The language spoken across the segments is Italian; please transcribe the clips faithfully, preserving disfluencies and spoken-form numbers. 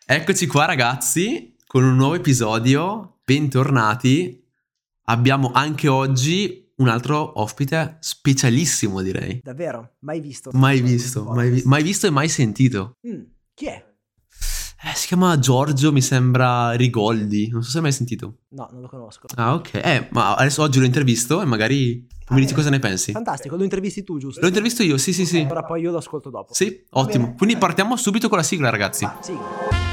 Eccoci qua ragazzi, con un nuovo episodio, bentornati. Abbiamo anche oggi un altro ospite specialissimo, direi. Davvero? Mai visto? Mai visto, mai, vi- mai visto e mai sentito. Mm, chi è? Eh, si chiama Giorgio, mi sembra Rigoldi, non so se hai mai sentito. No, non lo conosco. Ah, ok. Eh, ma adesso oggi lo intervisto e magari Ah, mi dici bene. cosa ne pensi. Fantastico, lo intervisti tu, giusto? Lo intervisto io, sì, sì, sì. Allora poi io lo ascolto dopo. Sì, Va ottimo. bene. Quindi partiamo subito con la sigla, ragazzi. Va, sì.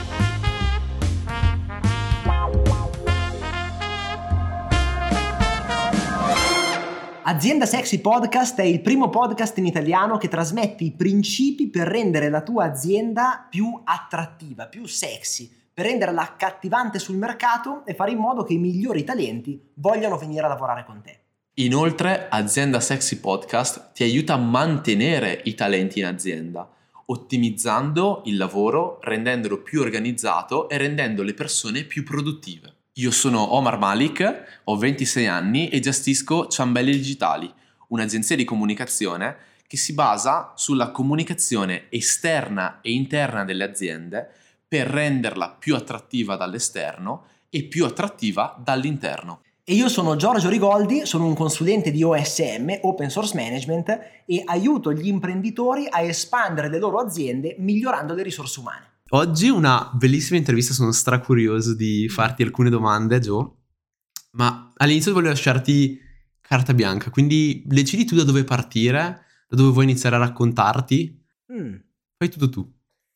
Azienda Sexy Podcast è il primo podcast in italiano che trasmette i principi per rendere la tua azienda più attrattiva, più sexy, per renderla accattivante sul mercato e fare in modo che i migliori talenti vogliano venire a lavorare con te. Inoltre, Azienda Sexy Podcast ti aiuta a mantenere i talenti in azienda, ottimizzando il lavoro, rendendolo più organizzato e rendendo le persone più produttive. Io sono Omar Malik, ho ventisei anni e gestisco Ciambelli Digitali, un'agenzia di comunicazione che si basa sulla comunicazione esterna e interna delle aziende per renderla più attrattiva dall'esterno e più attrattiva dall'interno. E io sono Giorgio Rigoldi, sono un consulente di O S M, Open Source Management, e aiuto gli imprenditori a espandere le loro aziende migliorando le risorse umane. Oggi una bellissima intervista, sono stracurioso di farti alcune domande, Gio, ma all'inizio voglio lasciarti carta bianca, quindi decidi tu da dove partire, da dove vuoi iniziare a raccontarti, Mm. fai tutto tu.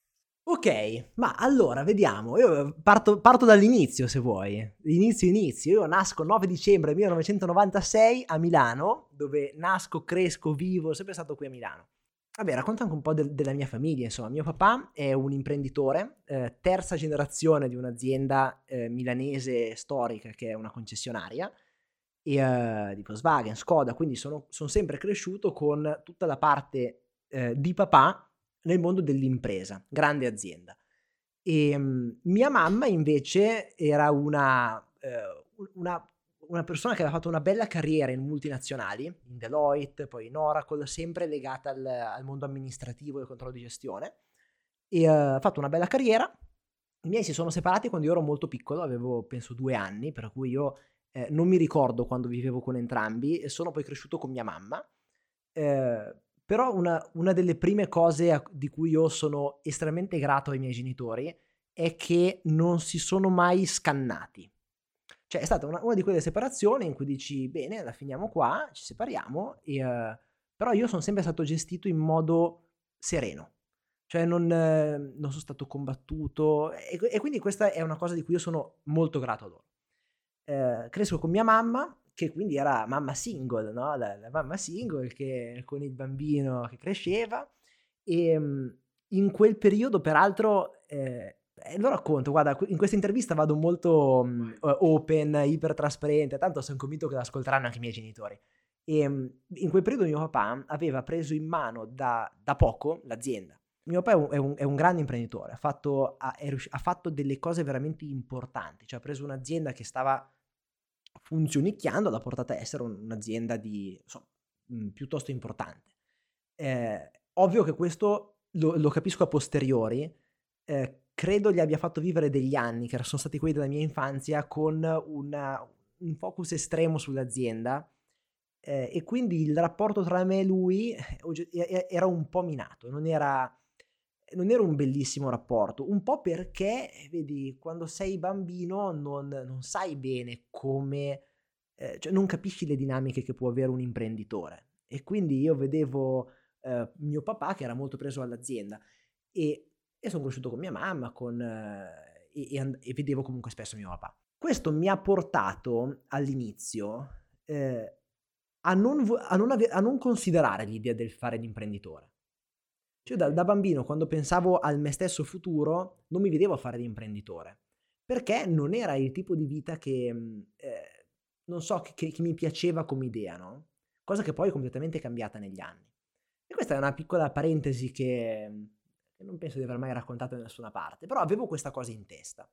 Ok, ma allora vediamo, io parto, parto dall'inizio se vuoi, inizio inizio, io nasco nove dicembre millenovecentonovantasei a Milano, dove nasco, cresco, vivo, sono sempre stato qui a Milano. Vabbè, racconto anche un po' del- della mia famiglia, insomma, mio papà è un imprenditore, eh, terza generazione di un'azienda eh, milanese storica che è una concessionaria, e, eh, di Volkswagen, Skoda, quindi sono, sono sempre cresciuto con tutta la parte eh, di papà nel mondo dell'impresa, grande azienda. E um, mia mamma invece era una, eh, una, una persona che aveva fatto una bella carriera in multinazionali, in Deloitte, poi in Oracle, sempre legata al, al mondo amministrativo e controllo di gestione, e uh, ha fatto una bella carriera. I miei si sono separati quando io ero molto piccolo, avevo penso due anni, per cui io eh, non mi ricordo quando vivevo con entrambi, e sono poi cresciuto con mia mamma. Eh, però una, una delle prime cose a- di cui io sono estremamente grato ai miei genitori è che non si sono mai scannati. Cioè è stata una, una di quelle separazioni in cui dici bene, la finiamo qua, ci separiamo, e, eh, però io sono sempre stato gestito in modo sereno. Cioè non, eh, non sono stato combattuto, e, e quindi questa è una cosa di cui io sono molto grato a loro. Eh, cresco con mia mamma, che quindi era mamma single, no? La, la mamma single che, con il bambino che cresceva, e mh, in quel periodo peraltro, eh, eh, lo racconto, guarda, in questa intervista vado molto mh, open, iper trasparente, tanto sono convinto che l'ascolteranno anche i miei genitori. E mh, in quel periodo mio papà aveva preso in mano da, da poco l'azienda. Mio papà è un, è un, è un grande imprenditore, ha fatto, ha, è riusci- ha fatto delle cose veramente importanti, cioè ha preso un'azienda che stava funzionicchiando, l'ha portata a essere un- un'azienda di, insomma, mh, piuttosto importante. Eh, ovvio che questo lo, lo capisco a posteriori, eh, credo gli abbia fatto vivere degli anni, che sono stati quelli della mia infanzia, con una- un focus estremo sull'azienda, eh, e quindi il rapporto tra me e lui eh, oggi- e- e- era un po' minato, non era, non era un bellissimo rapporto, un po' perché, vedi, quando sei bambino non, non sai bene come, eh, cioè non capisci le dinamiche che può avere un imprenditore, e quindi io vedevo eh, mio papà che era molto preso all'azienda, e, e sono cresciuto con mia mamma con, eh, e, e and- e vedevo comunque spesso mio papà. Questo mi ha portato all'inizio eh, a non, vo- a non ave- a non considerare l'idea del fare l'imprenditore. Cioè da, da bambino, quando pensavo al me stesso futuro, non mi vedevo a fare l'imprenditore, perché non era il tipo di vita che, mh, eh, non so, che, che- che mi piaceva come idea, no? Cosa che poi è completamente cambiata negli anni. E questa è una piccola parentesi che, mh, che non penso di aver mai raccontato da nessuna parte, però avevo questa cosa in testa.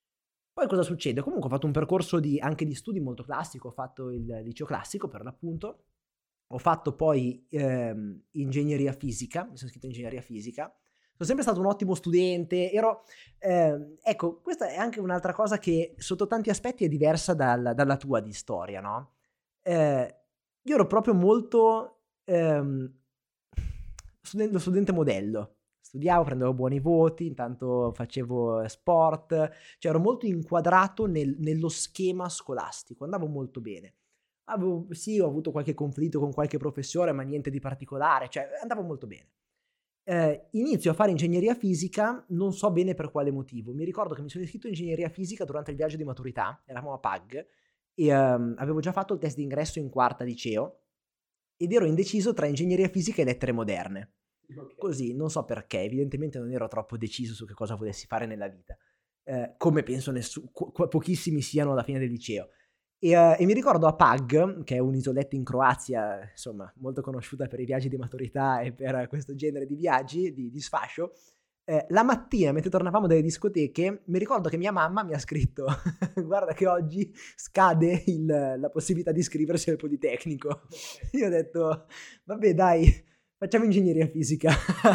Poi cosa succede? Comunque ho fatto un percorso di, anche di studi molto classico, ho fatto il liceo classico per l'appunto, ho fatto poi ehm, ingegneria fisica, mi sono iscritto in ingegneria fisica, sempre stato un ottimo studente, ero... Eh, ecco, questa è anche un'altra cosa che sotto tanti aspetti è diversa dal, dalla tua di storia, no? Eh, io ero proprio molto ehm, studente, studente modello. Studiavo, prendevo buoni voti, intanto facevo sport, cioè ero molto inquadrato nel, nello schema scolastico, andavo molto bene. Avevo, sì, ho avuto qualche conflitto con qualche professore, ma niente di particolare, cioè andavo molto bene. Eh, inizio a fare ingegneria fisica, non so bene per quale motivo. Mi ricordo che mi sono iscritto in ingegneria fisica durante il viaggio di maturità, eravamo a Pag, e um, avevo già fatto il test d'ingresso in quarta liceo, ed ero indeciso tra ingegneria fisica e lettere moderne. Okay. Così, non so perché, evidentemente non ero troppo deciso su che cosa volessi fare nella vita, eh, come penso nessu- qu- pochissimi siano alla fine del liceo. E, uh, e mi ricordo a Pag, che è un'isoletta in Croazia, insomma, molto conosciuta per i viaggi di maturità e per questo genere di viaggi, di, di sfascio, eh, la mattina, mentre tornavamo dalle discoteche, mi ricordo che mia mamma mi ha scritto guarda che oggi scade il, la possibilità di iscriversi al Politecnico. Io ho detto, vabbè dai, facciamo ingegneria fisica.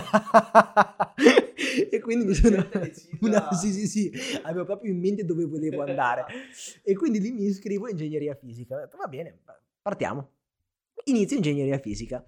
E quindi mi sono una, sì sì sì avevo proprio in mente dove volevo andare e quindi lì mi iscrivo a ingegneria fisica. Ho detto va bene, partiamo, inizio ingegneria fisica,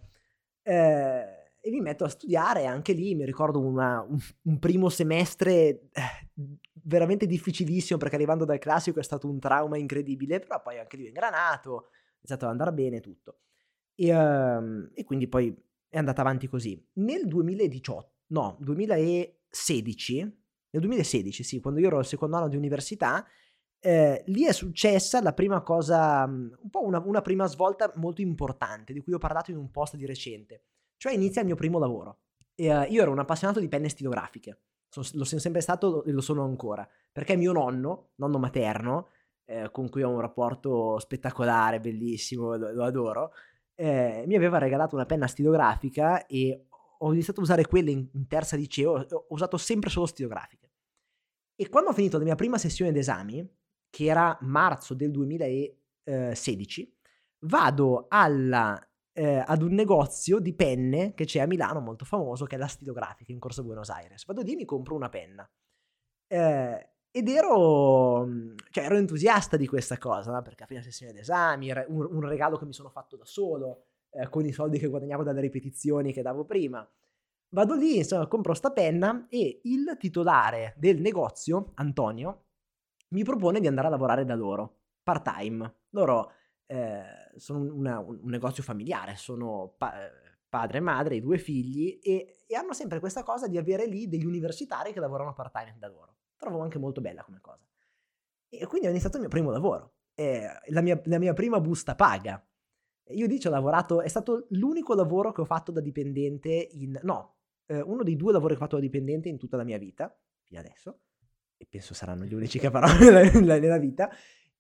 eh, e mi metto a studiare. Anche lì mi ricordo una, un, un primo semestre eh, veramente difficilissimo, perché arrivando dal classico è stato un trauma incredibile, però poi anche lì ho ingranato, è iniziato ad andare bene tutto e, um, e quindi poi è andata avanti così. Nel duemiladiciotto, no, duemilasedici, nel duemilasedici, sì, quando io ero al secondo anno di università, eh, lì è successa la prima cosa, un po' una, una prima svolta molto importante, di cui ho parlato in un post di recente, cioè inizia il mio primo lavoro. E, uh, io ero un appassionato di penne stilografiche, sono, lo sono sempre stato e lo sono ancora, perché mio nonno, nonno materno, eh, con cui ho un rapporto spettacolare, bellissimo, lo, lo adoro, Eh, mi aveva regalato una penna stilografica e ho iniziato a usare quelle in, in terza liceo. Ho usato sempre solo stilografiche. E quando ho finito la mia prima sessione d'esami, che era marzo del duemilasedici, vado alla, eh, ad un negozio di penne che c'è a Milano, molto famoso, che è la Stilografica in Corso Buenos Aires. Vado lì e mi compro una penna. Eh, ed ero, cioè ero entusiasta di questa cosa, no? Perché a fine sessione d'esami era un, un regalo che mi sono fatto da solo, eh, con i soldi che guadagnavo dalle ripetizioni che davo prima. Vado lì, insomma, compro sta penna e il titolare del negozio, Antonio, mi propone di andare a lavorare da loro, part time. Loro eh, sono una, un, un negozio familiare, sono pa- padre e madre, i due figli, e, e hanno sempre questa cosa di avere lì degli universitari che lavorano part time da loro. Trovo anche molto bella come cosa. E quindi ho iniziato il mio primo lavoro, eh, la, mia, la mia prima busta paga. Io dice ho lavorato, è stato l'unico lavoro che ho fatto da dipendente in... No, eh, uno dei due lavori che ho fatto da dipendente in tutta la mia vita, fino adesso, e penso saranno gli unici che farò nella, nella vita,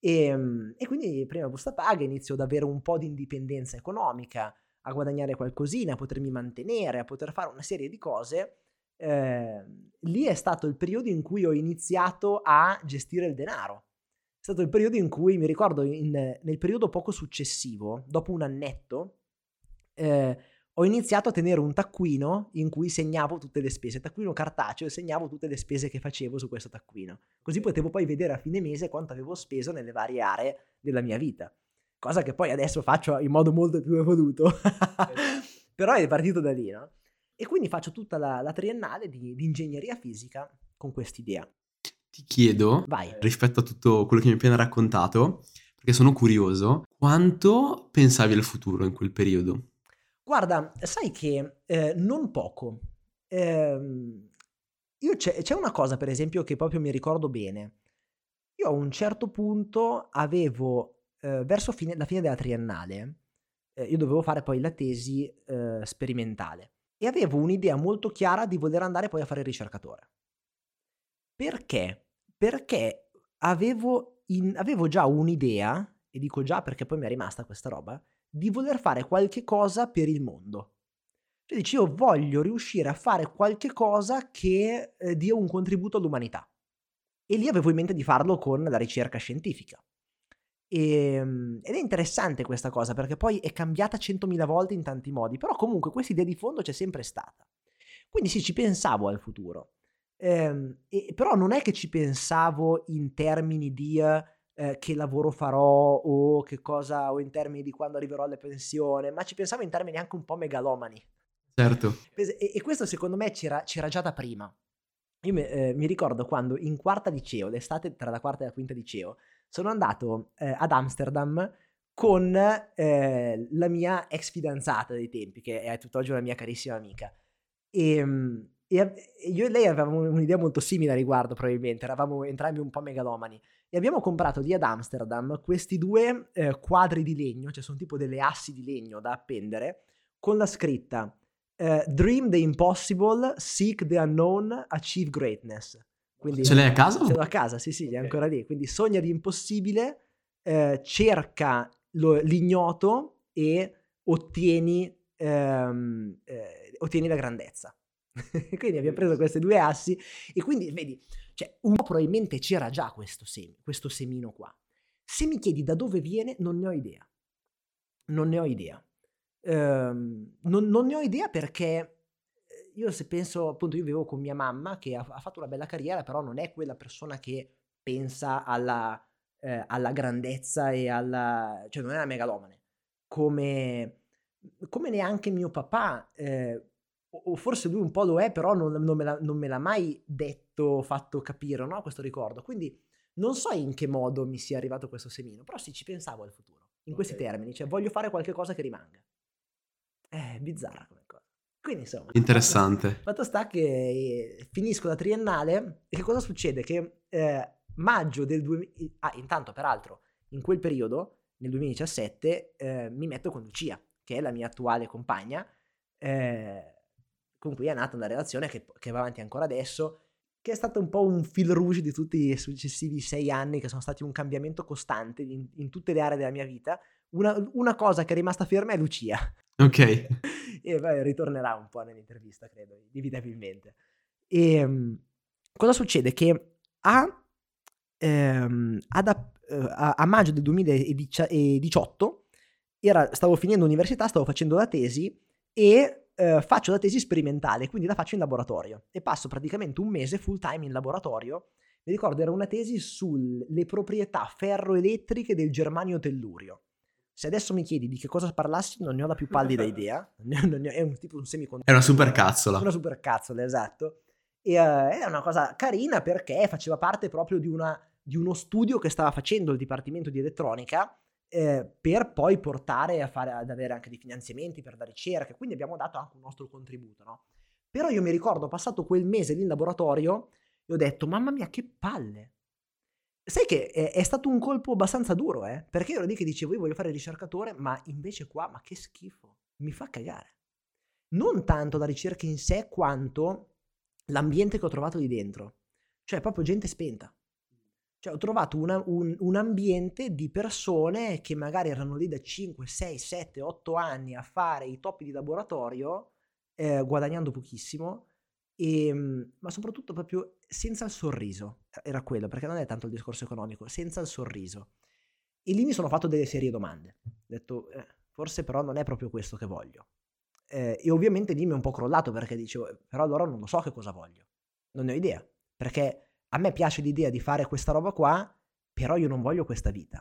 e, e quindi prima busta paga, inizio ad avere un po' di indipendenza economica, a guadagnare qualcosina, a potermi mantenere, a poter fare una serie di cose. Eh, lì è stato il periodo in cui ho iniziato a gestire il denaro. È stato il periodo in cui, mi ricordo, in, nel periodo poco successivo, dopo un annetto, eh, ho iniziato a tenere un taccuino in cui segnavo tutte le spese, taccuino cartaceo, e segnavo tutte le spese che facevo su questo taccuino. Così potevo poi vedere a fine mese quanto avevo speso nelle varie aree della mia vita. Cosa che poi adesso faccio in modo molto più evoluto. Però è partito da lì, no? E quindi faccio tutta la, la triennale di, di ingegneria fisica con quest'idea. Ti chiedo, Vai. rispetto a tutto quello che mi hai appena raccontato, perché sono curioso, quanto pensavi al futuro in quel periodo? Guarda, sai che eh, non poco. Eh, io c'è, c'è una cosa, per esempio, che proprio mi ricordo bene. Io a un certo punto avevo, eh, verso fine, la fine della triennale, eh, io dovevo fare poi la tesi eh, sperimentale. E avevo un'idea molto chiara di voler andare poi a fare il ricercatore. Perché? Perché avevo, in, avevo già un'idea, e dico già perché poi mi è rimasta questa roba, di voler fare qualche cosa per il mondo. Cioè dici, io voglio riuscire a fare qualche cosa che eh, dia un contributo all'umanità. E lì avevo in mente di farlo con la ricerca scientifica. E, ed è interessante questa cosa, perché poi è cambiata centomila volte in tanti modi, però comunque questa idea di fondo c'è sempre stata. Quindi sì, ci pensavo al futuro. Ehm, e, però non è che ci pensavo in termini di eh, che lavoro farò o che cosa, o in termini di quando arriverò alla pensione, ma ci pensavo in termini anche un po' megalomani. Certo. E, e questo secondo me c'era, c'era già da prima. Io mi, eh, mi ricordo quando in quarta liceo, l'estate tra la quarta e la quinta liceo, sono andato eh, ad Amsterdam con eh, la mia ex fidanzata dei tempi, che è tutt'oggi una mia carissima amica. E, e io e lei avevamo un'idea molto simile a riguardo, probabilmente, eravamo entrambi un po' megalomani. E abbiamo comprato lì ad Amsterdam questi due eh, quadri di legno, cioè sono tipo delle assi di legno da appendere, con la scritta Uh, Dream the impossible, seek the unknown, achieve greatness. Quindi, ce l'hai a casa? Ce l'ho a casa, sì sì, è ancora lì. Quindi sogna l'impossibile, uh, cerca lo, l'ignoto e ottieni, um, eh, ottieni la grandezza. Quindi abbiamo preso queste due assi e quindi vedi, cioè, un po' probabilmente c'era già questo, semi, questo semino qua. Se mi chiedi da dove viene, non ne ho idea. Non ne ho idea. Um, non, non ne ho idea perché io se penso, appunto, io vivevo con mia mamma che ha, ha fatto una bella carriera, però non è quella persona che pensa alla, eh, alla grandezza e alla... cioè non è una megalomane, come, come neanche mio papà, eh, o forse lui un po' lo è, però non, non, me, la, non me l'ha mai detto, fatto capire, no? Questo ricordo, quindi non so in che modo mi sia arrivato questo semino, però sì, ci pensavo al futuro, in questi okay. termini, cioè voglio fare qualche cosa che rimanga. È bizzarra come cosa. Quindi insomma, interessante. Fatto, fatto sta che eh, finisco la triennale e che cosa succede? Che eh, maggio del duemila... Ah, intanto peraltro, in quel periodo, nel duemiladiciassette, eh, mi metto con Lucia, che è la mia attuale compagna, eh, con cui è nata una relazione che, che va avanti ancora adesso, che è stato un po' un fil rouge di tutti i successivi sei anni, che sono stati un cambiamento costante in, in tutte le aree della mia vita. Una, una cosa che è rimasta ferma è Lucia. Ok. E poi ritornerà un po' nell'intervista, credo, inevitabilmente. E um, cosa succede? Che a, ehm, ad, a, a maggio del duemiladiciotto era, stavo finendo l'università, stavo facendo la tesi e eh, faccio la tesi sperimentale, quindi la faccio in laboratorio e passo praticamente un mese full time in laboratorio. Mi ricordo era una tesi sulle proprietà ferroelettriche del germanio tellurio. Se adesso mi chiedi di che cosa parlassi, non ne ho la più pallida idea. Non ne ho, è un tipo un semicondutore. È una supercazzola. Una supercazzola, esatto. E uh, è una cosa carina perché faceva parte proprio di, una, di uno studio che stava facendo il Dipartimento di Elettronica eh, per poi portare a fare, ad avere anche dei finanziamenti per la ricerca. Quindi abbiamo dato anche un nostro contributo, no? Però io mi ricordo, passato quel mese lì in laboratorio, e ho detto, mamma mia, che palle. Sai che è, è stato un colpo abbastanza duro, eh? Perché io ero lì che dicevo, io voglio fare il ricercatore, ma invece qua, ma che schifo, mi fa cagare. Non tanto la ricerca in sé, quanto l'ambiente che ho trovato lì dentro. Cioè, proprio gente spenta. Cioè, ho trovato una, un, un ambiente di persone che magari erano lì da cinque, sei, sette, otto anni a fare i topi di laboratorio, eh, guadagnando pochissimo, e, ma soprattutto proprio senza il sorriso. Era quello, perché non è tanto il discorso economico, senza il sorriso. E lì mi sono fatto delle serie domande. Ho detto, eh, forse però non è proprio questo che voglio. Eh, e ovviamente lì mi è un po' crollato perché dicevo, però allora non lo so che cosa voglio. Non ne ho idea. Perché a me piace l'idea di fare questa roba qua, però io non voglio questa vita.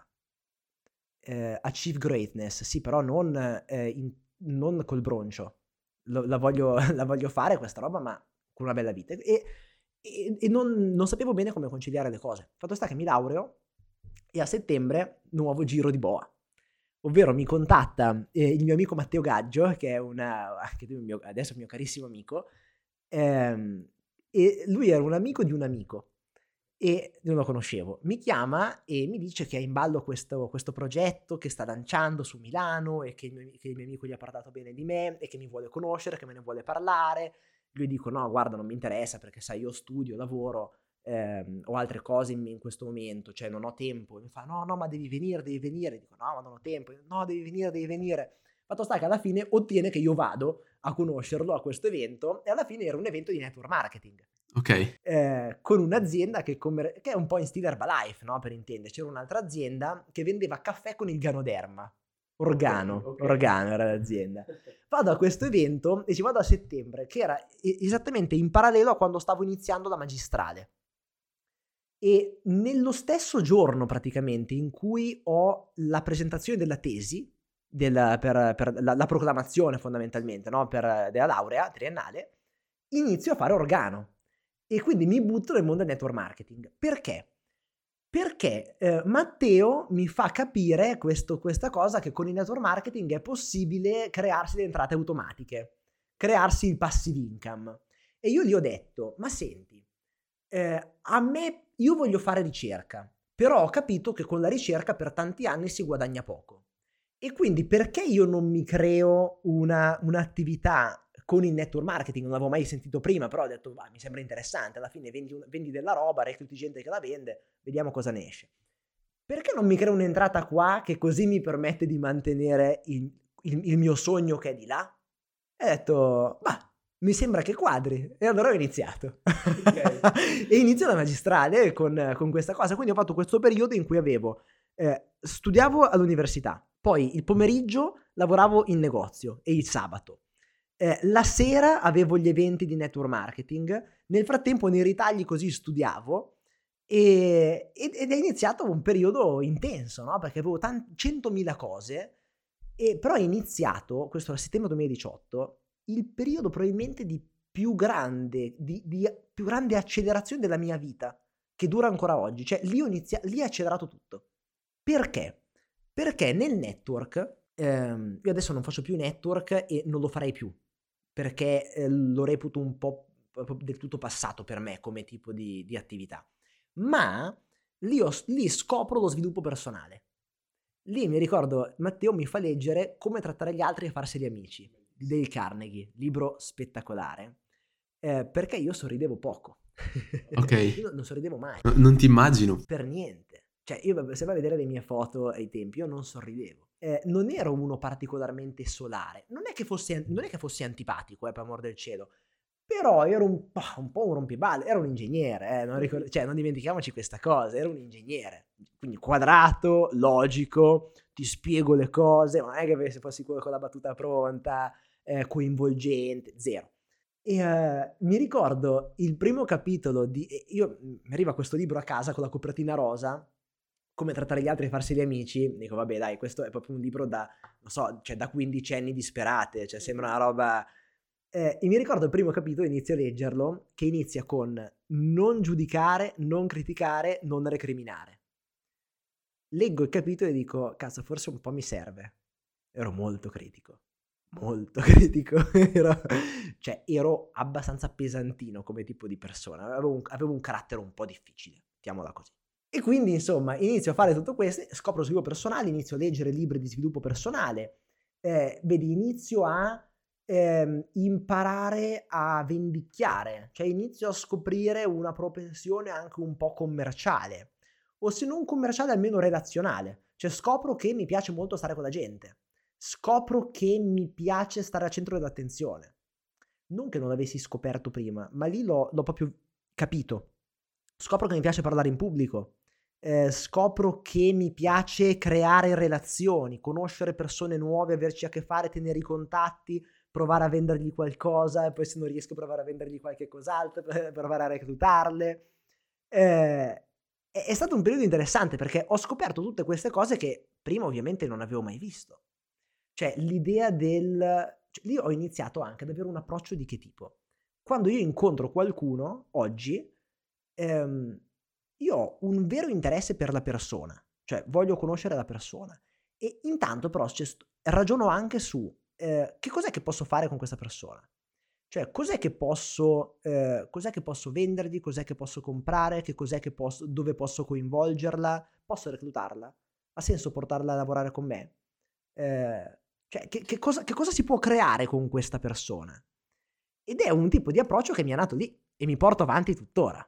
Eh, achieve greatness, sì, però non, eh, in, non col broncio. Lo, la, voglio, la voglio fare questa roba, ma con una bella vita. E, e, e non, non sapevo bene come conciliare le cose. Fatto sta che mi laureo e a settembre nuovo giro di boa. Ovvero mi contatta eh, il mio amico Matteo Gaggio, che è una, anche lui mio, adesso è un mio carissimo amico, ehm, e lui era un amico di un amico e non lo conoscevo. Mi chiama e mi dice che è in ballo questo, questo progetto che sta lanciando su Milano e che il, mio, che il mio amico gli ha parlato bene di me e che mi vuole conoscere, che me ne vuole parlare. Lui dico no, guarda, non mi interessa perché sai, io studio, lavoro, ehm, ho altre cose in, in questo momento, cioè non ho tempo. Mi fa no, no, ma devi venire, devi venire. Dico no, ma non ho tempo. No, devi venire, devi venire. Fatto sta che alla fine ottiene che io vado a conoscerlo a questo evento e alla fine era un evento di network marketing. Ok. Eh, con un'azienda che, come, che è un po' in stile Herbalife, no? Per intendere, c'era un'altra azienda che vendeva caffè con il Ganoderma. Organo, Okay. Organo era l'azienda. Vado a questo evento e ci vado a settembre, che era e- esattamente in parallelo a quando stavo iniziando la magistrale. E nello stesso giorno praticamente in cui ho la presentazione della tesi, del- per, per la, la proclamazione fondamentalmente, no? Per, della laurea triennale, inizio a fare Organo. E quindi mi butto nel mondo del network marketing. Perché? Perché eh, Matteo mi fa capire questo- questa cosa che con il network marketing è possibile crearsi le entrate automatiche, crearsi il passive income. E io gli ho detto, ma senti, eh, a me, io voglio fare ricerca, però ho capito che con la ricerca per tanti anni si guadagna poco. E quindi perché io non mi creo una, un'attività con il network marketing? Non l'avevo mai sentito prima, però ho detto, "Bah, mi sembra interessante, alla fine vendi, un- vendi della roba, recluti gente che la vende, vediamo cosa ne esce. Perché non mi creo un'entrata qua che così mi permette di mantenere il, il- il mio sogno che è di là?" E ho detto, bah, mi sembra che quadri. E allora ho iniziato. Ok. E inizio la magistrale con, con questa cosa. Quindi ho fatto questo periodo in cui avevo, eh, studiavo all'università, poi il pomeriggio lavoravo in negozio e il sabato. Eh, la sera avevo gli eventi di network marketing. Nel frattempo nei ritagli così studiavo e, ed, ed è iniziato un periodo intenso, no? Perché avevo tan- centomila cose. E però è iniziato, questo era settembre duemiladiciotto, il periodo probabilmente di più grande, di, di più grande accelerazione della mia vita, che dura ancora oggi. Cioè lì ho, inizia- lì è accelerato tutto. Perché? Perché nel network, ehm, io adesso non faccio più network e non lo farei più, perché eh, lo reputo un po' proprio del tutto passato per me come tipo di, di attività. Ma lì, ho- lì scopro lo sviluppo personale. Lì mi ricordo, Matteo mi fa leggere Come trattare gli altri e farseli amici di Dale Carnegie, libro spettacolare, eh, perché io sorridevo poco. Ok. Io non- non sorridevo mai, No- non ti immagino. per niente. Cioè, io se vai a vedere le mie foto ai tempi, io non sorridevo. Eh, non ero uno particolarmente solare. Non è che fossi, non è che fossi antipatico, eh, per amor del cielo. Però ero un po', un, po' un rompiballe, ero un ingegnere, eh, non, ricordo, cioè, non dimentichiamoci questa cosa, ero un ingegnere, quindi quadrato, logico, ti spiego le cose, ma non è che se fossi quello con la battuta pronta, eh, coinvolgente, zero. E eh, mi ricordo il primo capitolo di... Io mi arriva questo libro a casa con la copertina rosa, Come trattare gli altri e farsi gli amici, dico vabbè dai, questo è proprio un libro da, non so, cioè da quindicenni disperate, cioè sembra una roba... Eh, e mi ricordo il primo capitolo, inizio a leggerlo, che inizia con non giudicare, non criticare, non recriminare. Leggo il capitolo e dico, cazzo, forse un po' mi serve. Ero molto critico, molto critico. ero, cioè, ero abbastanza pesantino come tipo di persona. Avevo un, avevo un carattere un po' difficile, mettiamola così. E quindi, insomma, inizio a fare tutto questo, scopro sviluppo personale, inizio a leggere libri di sviluppo personale, eh, vedi, inizio a ehm, imparare a vendicchiare, cioè inizio a scoprire una propensione anche un po' commerciale, o se non commerciale almeno relazionale, cioè scopro che mi piace molto stare con la gente, scopro che mi piace stare al centro dell'attenzione, non che non l'avessi scoperto prima, ma lì l'ho, l'ho proprio capito, scopro che mi piace parlare in pubblico, eh, scopro che mi piace creare relazioni, conoscere persone nuove, averci a che fare, tenere i contatti, provare a vendergli qualcosa e poi se non riesco provare a vendergli qualche cos'altro, provare a reclutarle. Eh, è, è stato un periodo interessante perché ho scoperto tutte queste cose che prima ovviamente non avevo mai visto. Cioè l'idea del... Cioè, lì ho iniziato anche ad avere un approccio di che tipo? Quando io incontro qualcuno oggi, ehm, io ho un vero interesse per la persona, cioè voglio conoscere la persona e intanto però ragiono anche su eh, che cos'è che posso fare con questa persona, cioè cos'è che posso, eh, cos'è che posso vendergli, cos'è che posso comprare, che cos'è che posso, dove posso coinvolgerla, posso reclutarla, ha senso portarla a lavorare con me, eh, cioè che, che, cosa, che cosa si può creare con questa persona, ed è un tipo di approccio che mi è nato lì e mi porto avanti tuttora.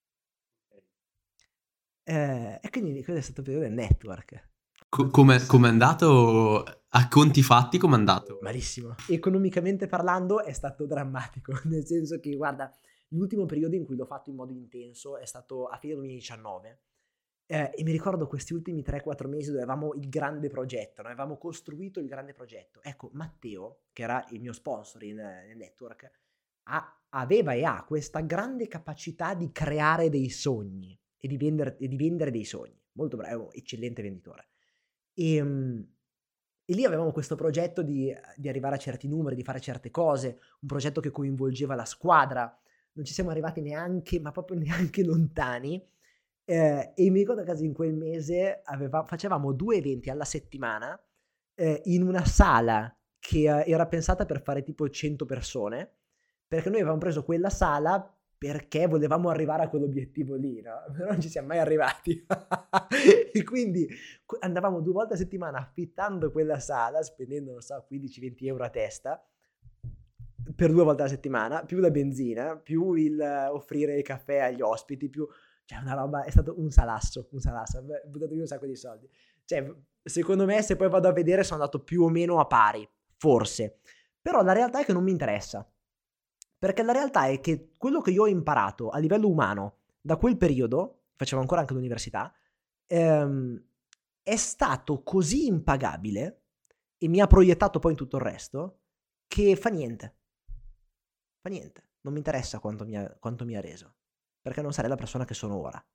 Eh, e quindi quello è stato il periodo del network. Co- come è andato? A conti fatti come è andato? Malissimo. Economicamente parlando è stato drammatico, nel senso che, guarda, l'ultimo periodo in cui l'ho fatto in modo intenso è stato a fine duemiladiciannove, Eh, e mi ricordo questi ultimi tre quattro mesi dove avevamo il grande progetto, no? Avevamo costruito il grande progetto. Ecco, Matteo, che era il mio sponsor in, nel network, ha- aveva e ha questa grande capacità di creare dei sogni e di vendere, e di vendere dei sogni. Molto bravo, è un eccellente venditore. E, mm, e lì avevamo questo progetto di, di arrivare a certi numeri, di fare certe cose, un progetto che coinvolgeva la squadra. Non ci siamo arrivati neanche, ma proprio neanche lontani. Eh, e mi ricordo che in quel mese aveva, facevamo due eventi alla settimana eh, in una sala che eh, era pensata per fare tipo cento persone, perché noi avevamo preso quella sala perché volevamo arrivare a quell'obiettivo lì, no? Però non ci siamo mai arrivati. E quindi andavamo due volte a settimana affittando quella sala, spendendo, non so, quindici venti euro a testa, per due volte alla settimana, più la benzina, più il uh, offrire il caffè agli ospiti, più... Cioè una roba, è stato un salasso, un salasso, ho buttato via un sacco di soldi. Cioè, secondo me, se poi vado a vedere, sono andato più o meno a pari, forse. Però la realtà è che non mi interessa. Perché la realtà è che quello che io ho imparato a livello umano da quel periodo, facevo ancora anche l'università, ehm, è stato così impagabile e mi ha proiettato poi in tutto il resto che fa niente. Fa niente. Non mi interessa quanto mi ha, quanto mi ha reso. Perché non sarei la persona che sono ora.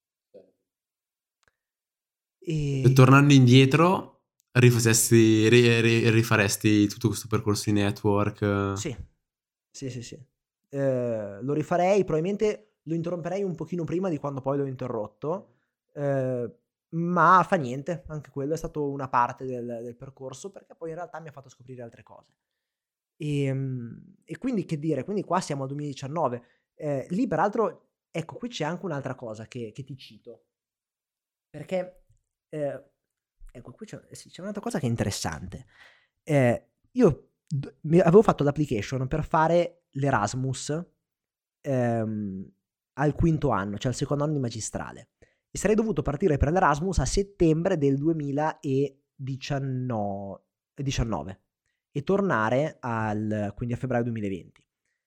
E E... tornando indietro, rifacesti, ri- ri- rifaresti tutto questo percorso di network? Sì, sì, sì, sì. Eh, lo rifarei, probabilmente lo interromperei un pochino prima di quando poi l'ho interrotto, eh, ma fa niente, anche quello è stato una parte del, del percorso, perché poi in realtà mi ha fatto scoprire altre cose. E, e quindi che dire, quindi qua siamo al duemiladiciannove, eh, lì peraltro, ecco, qui c'è anche un'altra cosa che, che ti cito, perché, eh, ecco, qui c'è, sì, c'è un'altra cosa che è interessante. Eh, io d- mi- avevo fatto l'application per fare l'Erasmus ehm, al quinto anno, cioè al secondo anno di magistrale. E sarei dovuto partire per l'Erasmus a settembre del duemiladiciannove diciannove, e tornare al, quindi a febbraio duemilaventi.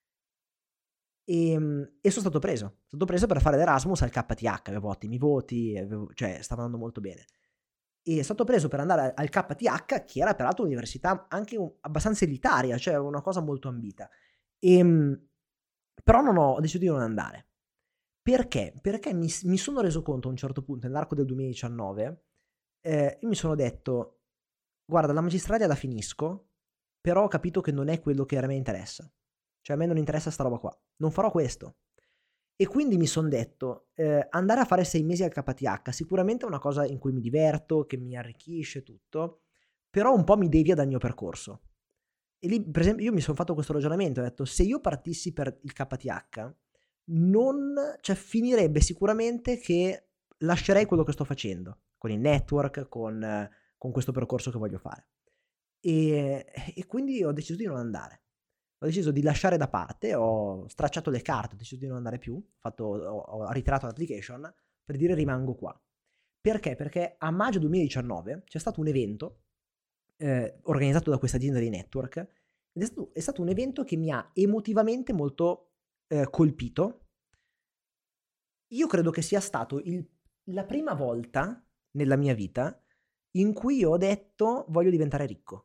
E, e sono stato preso. Sono stato preso per fare l'Erasmus al K T H, avevo ottimi voti, avevo, cioè stava andando molto bene. E è stato preso per andare al K T H, che era peraltro un'università anche un, abbastanza elitaria, cioè una cosa molto ambita. E, però non ho, ho deciso di non andare. Perché? Perché mi, mi sono reso conto a un certo punto, nell'arco del duemiladiciannove, eh, io mi sono detto, guarda, la magistrale la finisco, però ho capito che non è quello che a me interessa. Cioè a me non interessa sta roba qua. Non farò questo. E quindi mi sono detto, eh, andare a fare sei mesi al K T H sicuramente è una cosa in cui mi diverto, che mi arricchisce tutto, però un po' mi devia dal mio percorso. E lì, per esempio, io mi sono fatto questo ragionamento, ho detto, se io partissi per il K T H, non, cioè finirebbe sicuramente che lascerei quello che sto facendo, con il network, con, eh, con questo percorso che voglio fare. E, e quindi ho deciso di non andare. Ho deciso di lasciare da parte, ho stracciato le carte, ho deciso di non andare più, ho, fatto, ho, ho ritirato l'application per dire rimango qua. Perché? Perché a maggio duemiladiciannove c'è stato un evento eh, organizzato da questa azienda di network ed è stato, è stato un evento che mi ha emotivamente molto eh, colpito. Io credo che sia stato il, la prima volta nella mia vita in cui io ho detto voglio diventare ricco.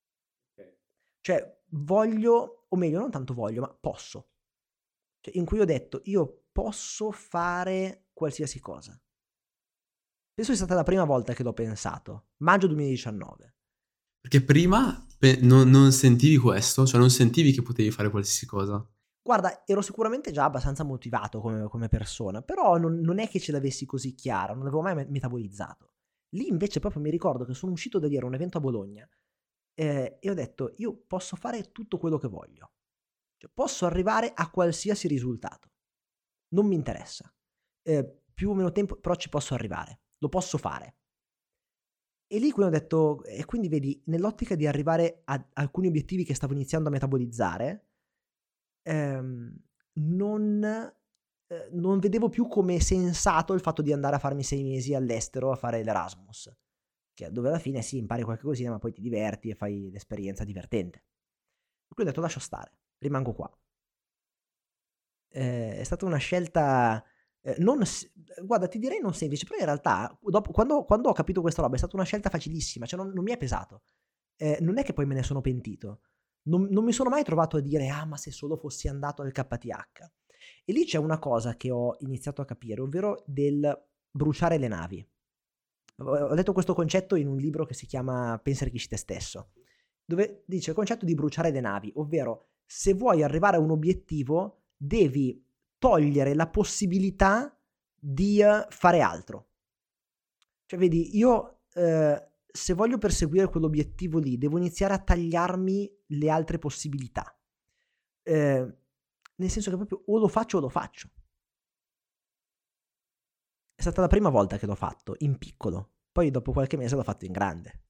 Cioè voglio, o meglio non tanto voglio, ma posso. Cioè, in cui ho detto io posso fare qualsiasi cosa. Penso sia stata la prima volta che l'ho pensato, maggio duemiladiciannove. Perché prima pe- non, non sentivi questo, cioè non sentivi che potevi fare qualsiasi cosa. Guarda, ero sicuramente già abbastanza motivato come, come persona, però non, non è che ce l'avessi così chiaro, non l'avevo mai me- metabolizzato. Lì invece proprio mi ricordo che sono uscito da lì, era un evento a Bologna, eh, e ho detto io posso fare tutto quello che voglio. Cioè, posso arrivare a qualsiasi risultato. Non mi interessa. Eh, più o meno tempo, però ci posso arrivare. Lo posso fare. E lì quindi ho detto, e quindi vedi, nell'ottica di arrivare a alcuni obiettivi che stavo iniziando a metabolizzare, ehm, non, eh, non vedevo più come sensato il fatto di andare a farmi sei mesi all'estero a fare l'Erasmus, che, dove alla fine sì, impari qualche cosina, ma poi ti diverti e fai l'esperienza divertente. Quindi ho detto lascio stare, rimango qua. Eh, è stata una scelta Eh, non, guarda, ti direi non semplice, però in realtà dopo, quando, quando ho capito questa roba è stata una scelta facilissima, cioè non, non mi è pesato. Eh, non è che poi me ne sono pentito. Non, non mi sono mai trovato a dire ah ma se solo fossi andato al K T H. E lì c'è una cosa che ho iniziato a capire, ovvero del bruciare le navi. Ho letto questo concetto in un libro che si chiama Pensa e arricchisci te stesso, dove dice il concetto di bruciare le navi, ovvero se vuoi arrivare a un obiettivo devi togliere la possibilità di fare altro. Cioè vedi, io eh, se voglio perseguire quell'obiettivo lì devo iniziare a tagliarmi le altre possibilità. Eh, nel senso che proprio o lo faccio o lo faccio. È stata la prima volta che l'ho fatto, in piccolo. Poi dopo qualche mese l'ho fatto in grande.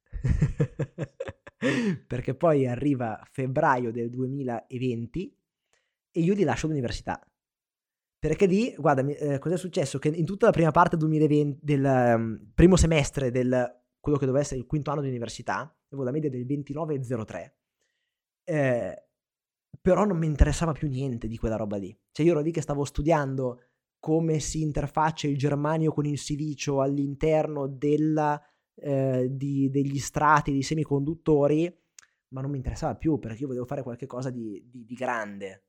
Perché poi arriva febbraio del duemilaventi e io li lascio l'università. Perché lì, guarda, eh, cos'è successo? Che in tutta la prima parte duemilaventi, del um, primo semestre del quello che doveva essere il quinto anno di università, avevo la media del ventinove virgola zero tre, eh, però non mi interessava più niente di quella roba lì. Cioè io ero lì che stavo studiando come si interfaccia il germanio con il silicio all'interno della, eh, di, degli strati di semiconduttori, ma non mi interessava più perché io volevo fare qualche cosa di, di, di grande.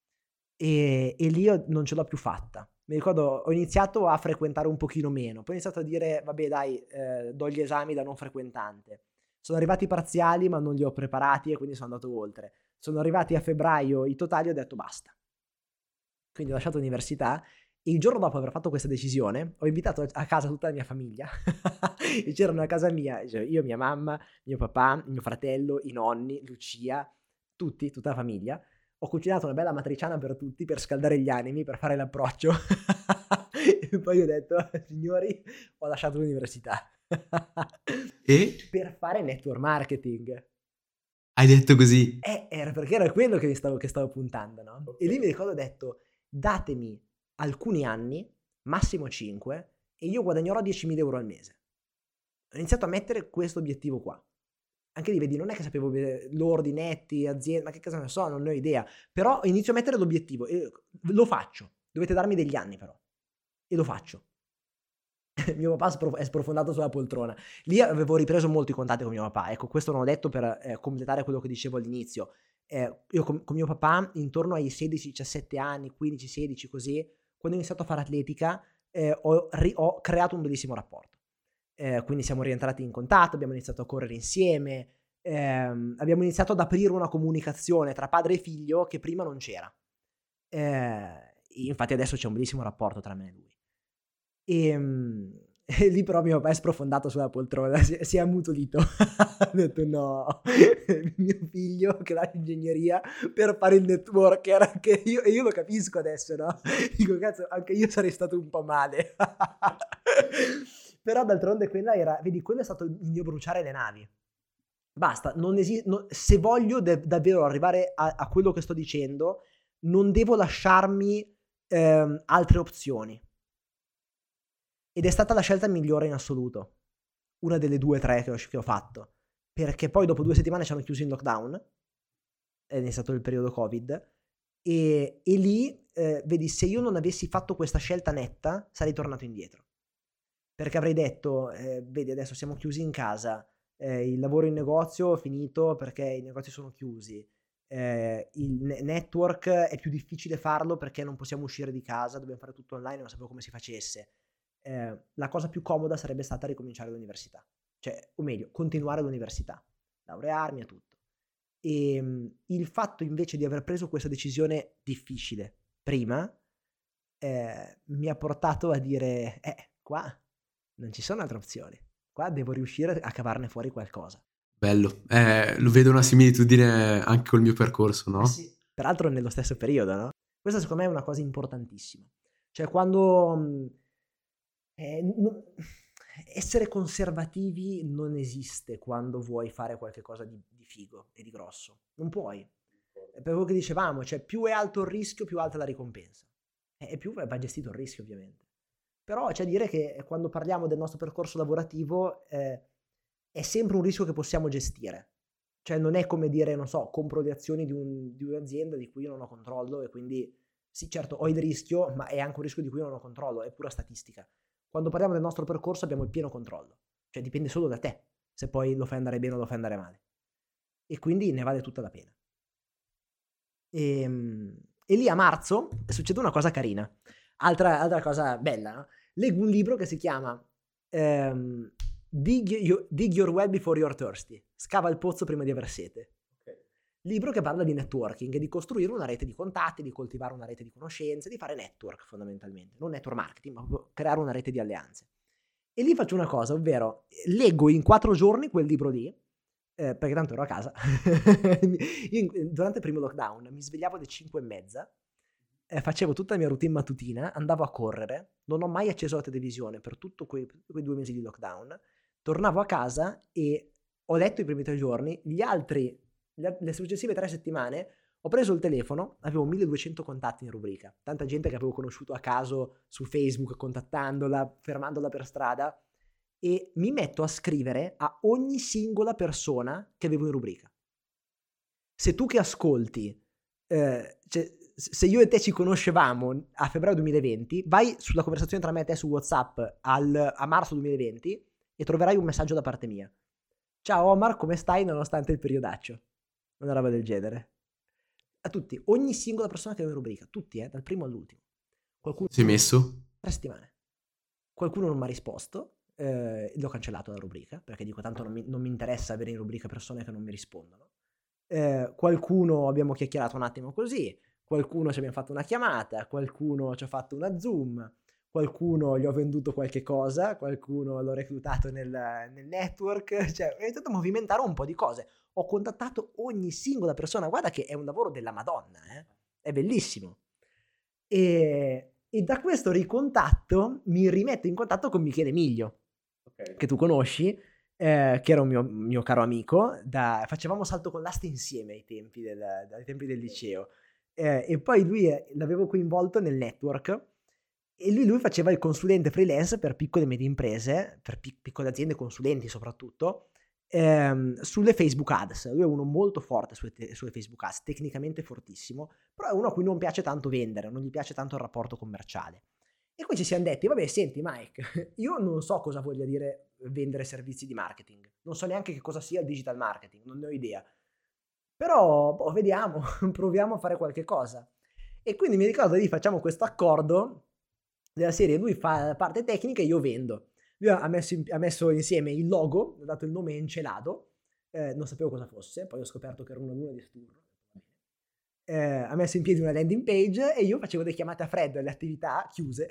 E, e lì io non ce l'ho più fatta. Mi ricordo, ho iniziato a frequentare un pochino meno, poi ho iniziato a dire, vabbè dai, eh, do gli esami da non frequentante. Sono arrivati i parziali ma non li ho preparati e quindi sono andato oltre. Sono arrivati a febbraio i totali e ho detto basta. Quindi ho lasciato l'università e il giorno dopo aver fatto questa decisione ho invitato a casa tutta la mia famiglia e c'erano a casa mia, cioè io, mia mamma, mio papà, mio fratello, i nonni, Lucia, tutti, tutta la famiglia. Ho cucinato una bella matriciana per tutti per scaldare gli animi, per fare l'approccio e poi ho detto signori ho lasciato l'università e? Per fare network marketing. Hai detto così? Eh, era perché era quello che, stavo, che stavo puntando, no? Okay. E lì mi ricordo ho detto datemi alcuni anni, massimo cinque, e io guadagnerò diecimila euro al mese. Ho iniziato a mettere questo obiettivo qua. Anche lì, vedi, non è che sapevo lordi, netti, aziende, ma che cosa ne so, non ne ho idea. Però inizio a mettere l'obiettivo e lo faccio. Dovete darmi degli anni però. E lo faccio. Mio papà è sprofondato sulla poltrona. Lì avevo ripreso molto i contatti con mio papà. Ecco, questo non l'ho detto per eh, completare quello che dicevo all'inizio. Eh, io con, con mio papà, intorno ai sedici diciassette anni, quindici sedici così, quando ho iniziato a fare atletica, eh, ho, ri- ho creato un bellissimo rapporto. Eh, quindi siamo rientrati in contatto, abbiamo iniziato a correre insieme, ehm, abbiamo iniziato ad aprire una comunicazione tra padre e figlio che prima non c'era. Eh, infatti adesso c'è un bellissimo rapporto tra me e lui. E, e lì però mio papà è sprofondato sulla poltrona, si, si è ammutolito. Ha detto no, mio figlio che lascia ingegneria per fare il networker, anche io, e io lo capisco adesso, no? Dico cazzo, anche io sarei stato un po' male. Però d'altronde quella era, vedi, quello è stato il mio bruciare le navi. Basta, non esiste, no, se voglio de- davvero arrivare a-, a quello che sto dicendo, non devo lasciarmi ehm, altre opzioni. Ed è stata la scelta migliore in assoluto. Una delle due o tre che ho, che ho fatto. Perché poi dopo due settimane ci hanno chiuso in lockdown. Ed è stato il periodo Covid. E, e lì, eh, vedi, se io non avessi fatto questa scelta netta, sarei tornato indietro. Perché avrei detto, eh, vedi adesso siamo chiusi in casa, eh, il lavoro in negozio è finito perché i negozi sono chiusi, eh, il ne- network è più difficile farlo perché non possiamo uscire di casa, dobbiamo fare tutto online, non sapevo come si facesse. Eh, la cosa più comoda sarebbe stata ricominciare l'università, cioè, o meglio, continuare l'università, laurearmi e tutto. E um, il fatto invece di aver preso questa decisione difficile prima eh, mi ha portato a dire, eh, qua non ci sono altre opzioni. Qua devo riuscire a cavarne fuori qualcosa. Bello. Eh, lo vedo una similitudine anche col mio percorso, no? Eh sì. Peraltro nello stesso periodo, no? Questa secondo me è una cosa importantissima. Cioè quando... Eh, no, essere conservativi non esiste quando vuoi fare qualche cosa di, di figo e di grosso. Non puoi. È per quello che dicevamo, cioè più è alto il rischio, più alta la ricompensa. E più va gestito il rischio, ovviamente. Però c'è da dire che quando parliamo del nostro percorso lavorativo eh, è sempre un rischio che possiamo gestire. Cioè non è come dire, non so, compro le azioni di, un, di un'azienda di cui io non ho controllo e quindi Sì, certo, ho il rischio, ma è anche un rischio di cui non ho controllo, è pura statistica. Quando parliamo del nostro percorso abbiamo il pieno controllo, cioè dipende solo da te, se poi lo fai andare bene o lo fai andare male. E quindi ne vale tutta la pena. E, e lì a marzo succede una cosa carina, altra, altra cosa bella, no? Leggo un libro che si chiama um, Dig, you, Dig Your Well Before You're Thirsty, scava il pozzo prima di aver sete. Okay. Libro che parla di networking, di costruire una rete di contatti, di coltivare una rete di conoscenze, di fare network fondamentalmente, non network marketing, ma creare una rete di alleanze. E lì faccio una cosa, ovvero leggo in quattro giorni quel libro lì, Eh, perché tanto ero a casa. Io, durante il primo lockdown mi svegliavo alle cinque e mezza, eh, facevo tutta la mia routine mattutina, andavo a correre, non ho mai acceso la televisione per tutti quei, quei due mesi di lockdown, tornavo a casa e ho letto i primi tre giorni, gli altri, le, le successive tre settimane ho preso il telefono, avevo milleduecento contatti in rubrica, tanta gente che avevo conosciuto a caso su Facebook, contattandola, fermandola per strada, e mi metto a scrivere a ogni singola persona che avevo in rubrica. Se tu che ascolti, eh, cioè, se io e te ci conoscevamo a febbraio duemilaventi, vai sulla conversazione tra me e te su WhatsApp al, a marzo duemilaventi e troverai un messaggio da parte mia. Ciao Omar, come stai nonostante il periodaccio? Una roba del genere. A tutti, ogni singola persona che avevo in rubrica, tutti, eh, dal primo all'ultimo. Qualcuno si è messo? Tre settimane. Qualcuno non mi ha risposto. Eh, l'ho cancellato la rubrica perché dico tanto non mi, non mi interessa avere in rubrica persone che non mi rispondono. Eh, qualcuno abbiamo chiacchierato un attimo così, qualcuno ci abbiamo fatto una chiamata, qualcuno ci ha fatto una Zoom, qualcuno gli ho venduto qualche cosa, qualcuno l'ho reclutato nel, nel network, cioè ho iniziato a movimentare un po' di cose, ho contattato ogni singola persona, guarda che è un lavoro della Madonna, eh? È bellissimo. E, e da questo ricontatto mi rimetto in contatto con Michele Miglio, okay, che tu conosci, eh, che era un mio, mio caro amico, da, facevamo salto con l'asta insieme ai tempi del, ai tempi del liceo, eh, e poi lui eh, l'avevo coinvolto nel network, e lui, lui faceva il consulente freelance per piccole e medie imprese, per pic- piccole aziende consulenti soprattutto, ehm, sulle Facebook Ads. Lui è uno molto forte sulle, te- sulle Facebook Ads, tecnicamente fortissimo, però è uno a cui non piace tanto vendere, non gli piace tanto il rapporto commerciale. E qui ci siamo detti, vabbè, senti Mike, io non so cosa voglia dire vendere servizi di marketing, non so neanche che cosa sia il digital marketing, non ne ho idea, però boh, vediamo, proviamo a fare qualche cosa. E quindi mi ricordo lì facciamo questo accordo della serie, lui fa la parte tecnica e io vendo. Lui ha messo, in, ha messo insieme il logo, ha dato il nome Encelado, eh, non sapevo cosa fosse, poi ho scoperto che era una luna di Sturro. Eh, ha messo in piedi una landing page e io facevo delle chiamate a freddo alle attività chiuse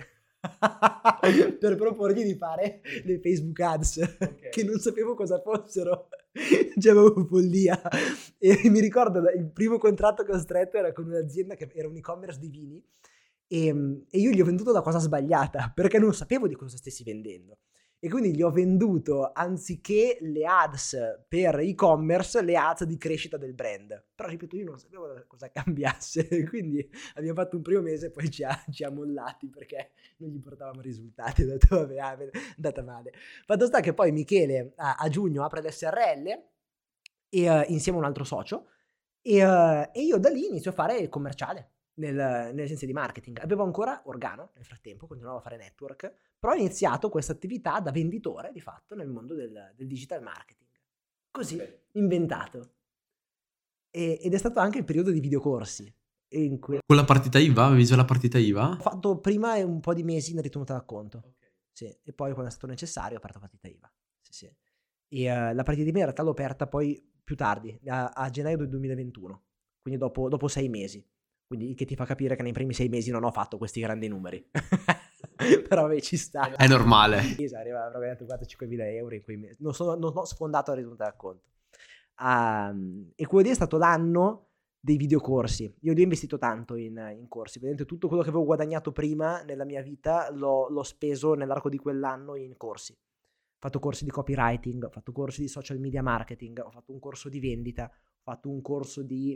per proporgli di fare le Facebook Ads, okay, che non sapevo cosa fossero. Cioè avevo follia. E mi ricordo il primo contratto che ho stretto era con un'azienda che era un e-commerce di vini, e, e io gli ho venduto la cosa sbagliata perché non sapevo di cosa stessi vendendo. E quindi gli ho venduto, anziché le ads per e-commerce, le ads di crescita del brand. Però ripeto, io non sapevo cosa cambiasse, quindi abbiamo fatto un primo mese e poi ci ha, ci ha mollati perché non gli portavamo risultati. Ho detto, vabbè, è andata male. Fatto sta che poi Michele a, a giugno apre l'S R L e, uh, insieme a un altro socio, e, uh, e io da lì inizio a fare il commerciale. Nel, nell'agenzia di marketing. Avevo ancora Organo nel frattempo, continuavo a fare network, però ho iniziato questa attività da venditore di fatto nel mondo del, del digital marketing, così, okay, inventato. E, ed è stato anche il periodo di videocorsi in cui... Con la partita I V A? Avevi già la partita I V A? Ho fatto prima un po' di mesi in ritenuta d'acconto, okay, sì, e poi quando è stato necessario ho aperto la partita I V A, sì, sì. E uh, la partita I V A in realtà l'ho aperta poi più tardi, a, a gennaio del duemilaventuno, quindi dopo, dopo sei mesi. Quindi che ti fa capire che nei primi sei mesi non ho fatto questi grandi numeri. Però beh, ci sta. È normale. Sì, arriva probabilmente quattrocentomila euro in quei mesi. Non, sono, non ho sfondato la risultata da conto. Um, e quello lì è stato l'anno dei videocorsi. Io lì ho investito tanto in, in corsi. Vedete, tutto quello che avevo guadagnato prima nella mia vita l'ho, l'ho speso nell'arco di quell'anno in corsi. Ho fatto corsi di copywriting, ho fatto corsi di social media marketing, ho fatto un corso di vendita, ho fatto un corso di...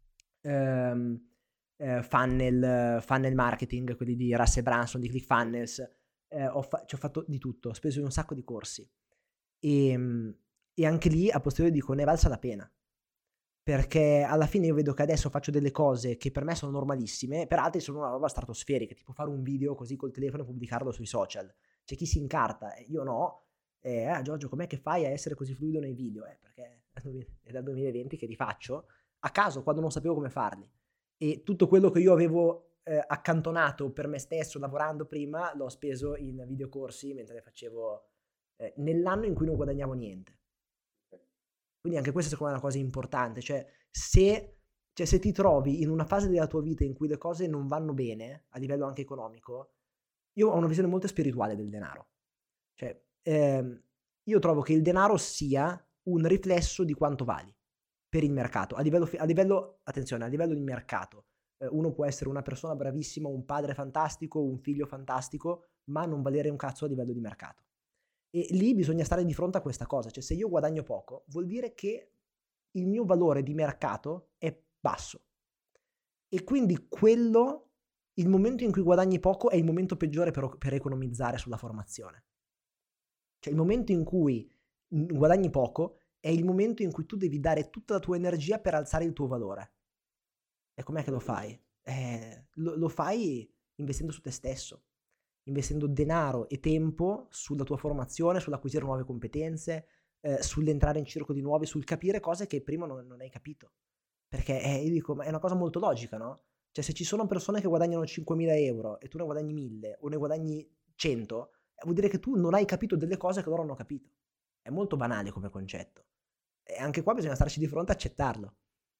Um, Uh, funnel, funnel marketing, quelli di Russell Brunson, di ClickFunnels, uh, ho fa- ci ho fatto di tutto, ho speso un sacco di corsi e, e anche lì a posteriori dico ne è valsa la pena, perché alla fine io vedo che adesso faccio delle cose che per me sono normalissime, per altri sono una roba stratosferica, tipo fare un video così col telefono e pubblicarlo sui social. C'è chi si incarta, io no. Eh, ah, Giorgio, com'è che fai a essere così fluido nei video? Eh, perché è dal duemilaventi che li faccio a caso, quando non sapevo come farli. E tutto quello che io avevo eh, accantonato per me stesso lavorando prima l'ho speso in videocorsi mentre le facevo eh, nell'anno in cui non guadagnavo niente. Quindi anche questa secondo me è una cosa importante, cioè se, cioè se ti trovi in una fase della tua vita in cui le cose non vanno bene a livello anche economico, io ho una visione molto spirituale del denaro. Cioè ehm, io trovo che il denaro sia un riflesso di quanto vali per il mercato, a livello, a livello attenzione, a livello di mercato. Eh, uno può essere una persona bravissima, un padre fantastico, un figlio fantastico, ma non valere un cazzo a livello di mercato. E lì bisogna stare di fronte a questa cosa, cioè se io guadagno poco vuol dire che il mio valore di mercato è basso e quindi quello, il momento in cui guadagni poco è il momento peggiore per, per economizzare sulla formazione. Cioè il momento in cui guadagni poco è il momento in cui tu devi dare tutta la tua energia per alzare il tuo valore. E com'è che lo fai? Eh, lo, lo fai investendo su te stesso, investendo denaro e tempo sulla tua formazione, sull'acquisire nuove competenze, eh, sull'entrare in circoli nuovi, sul capire cose che prima non, non hai capito. Perché eh, io dico, ma è una cosa molto logica, no? Cioè se ci sono persone che guadagnano cinquemila euro e tu ne guadagni mille o ne guadagni cento, eh, vuol dire che tu non hai capito delle cose che loro hanno capito. È molto banale come concetto. E anche qua bisogna starci di fronte e accettarlo.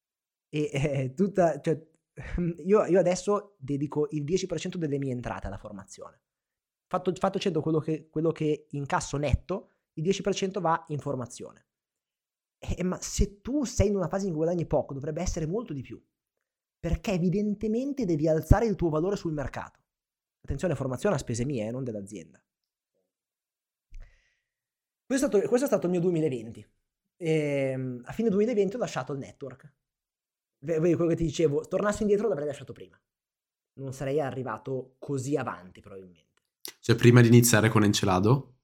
E eh, tutta, cioè, io, io adesso dedico il dieci per cento delle mie entrate alla formazione. Fatto, fatto cento quello che, quello che incasso netto, il dieci per cento va in formazione. E, ma se tu sei in una fase in cui guadagni poco, dovrebbe essere molto di più. Perché evidentemente devi alzare il tuo valore sul mercato. Attenzione, formazione a spese mie, eh, non dell'azienda. Questo è stato, questo è stato il mio duemilaventi. E, a fine duemilaventi ho lasciato il network. Vedi quello che ti dicevo, tornassi indietro l'avrei lasciato prima. Non sarei arrivato così avanti probabilmente. Cioè prima di iniziare con Encelado?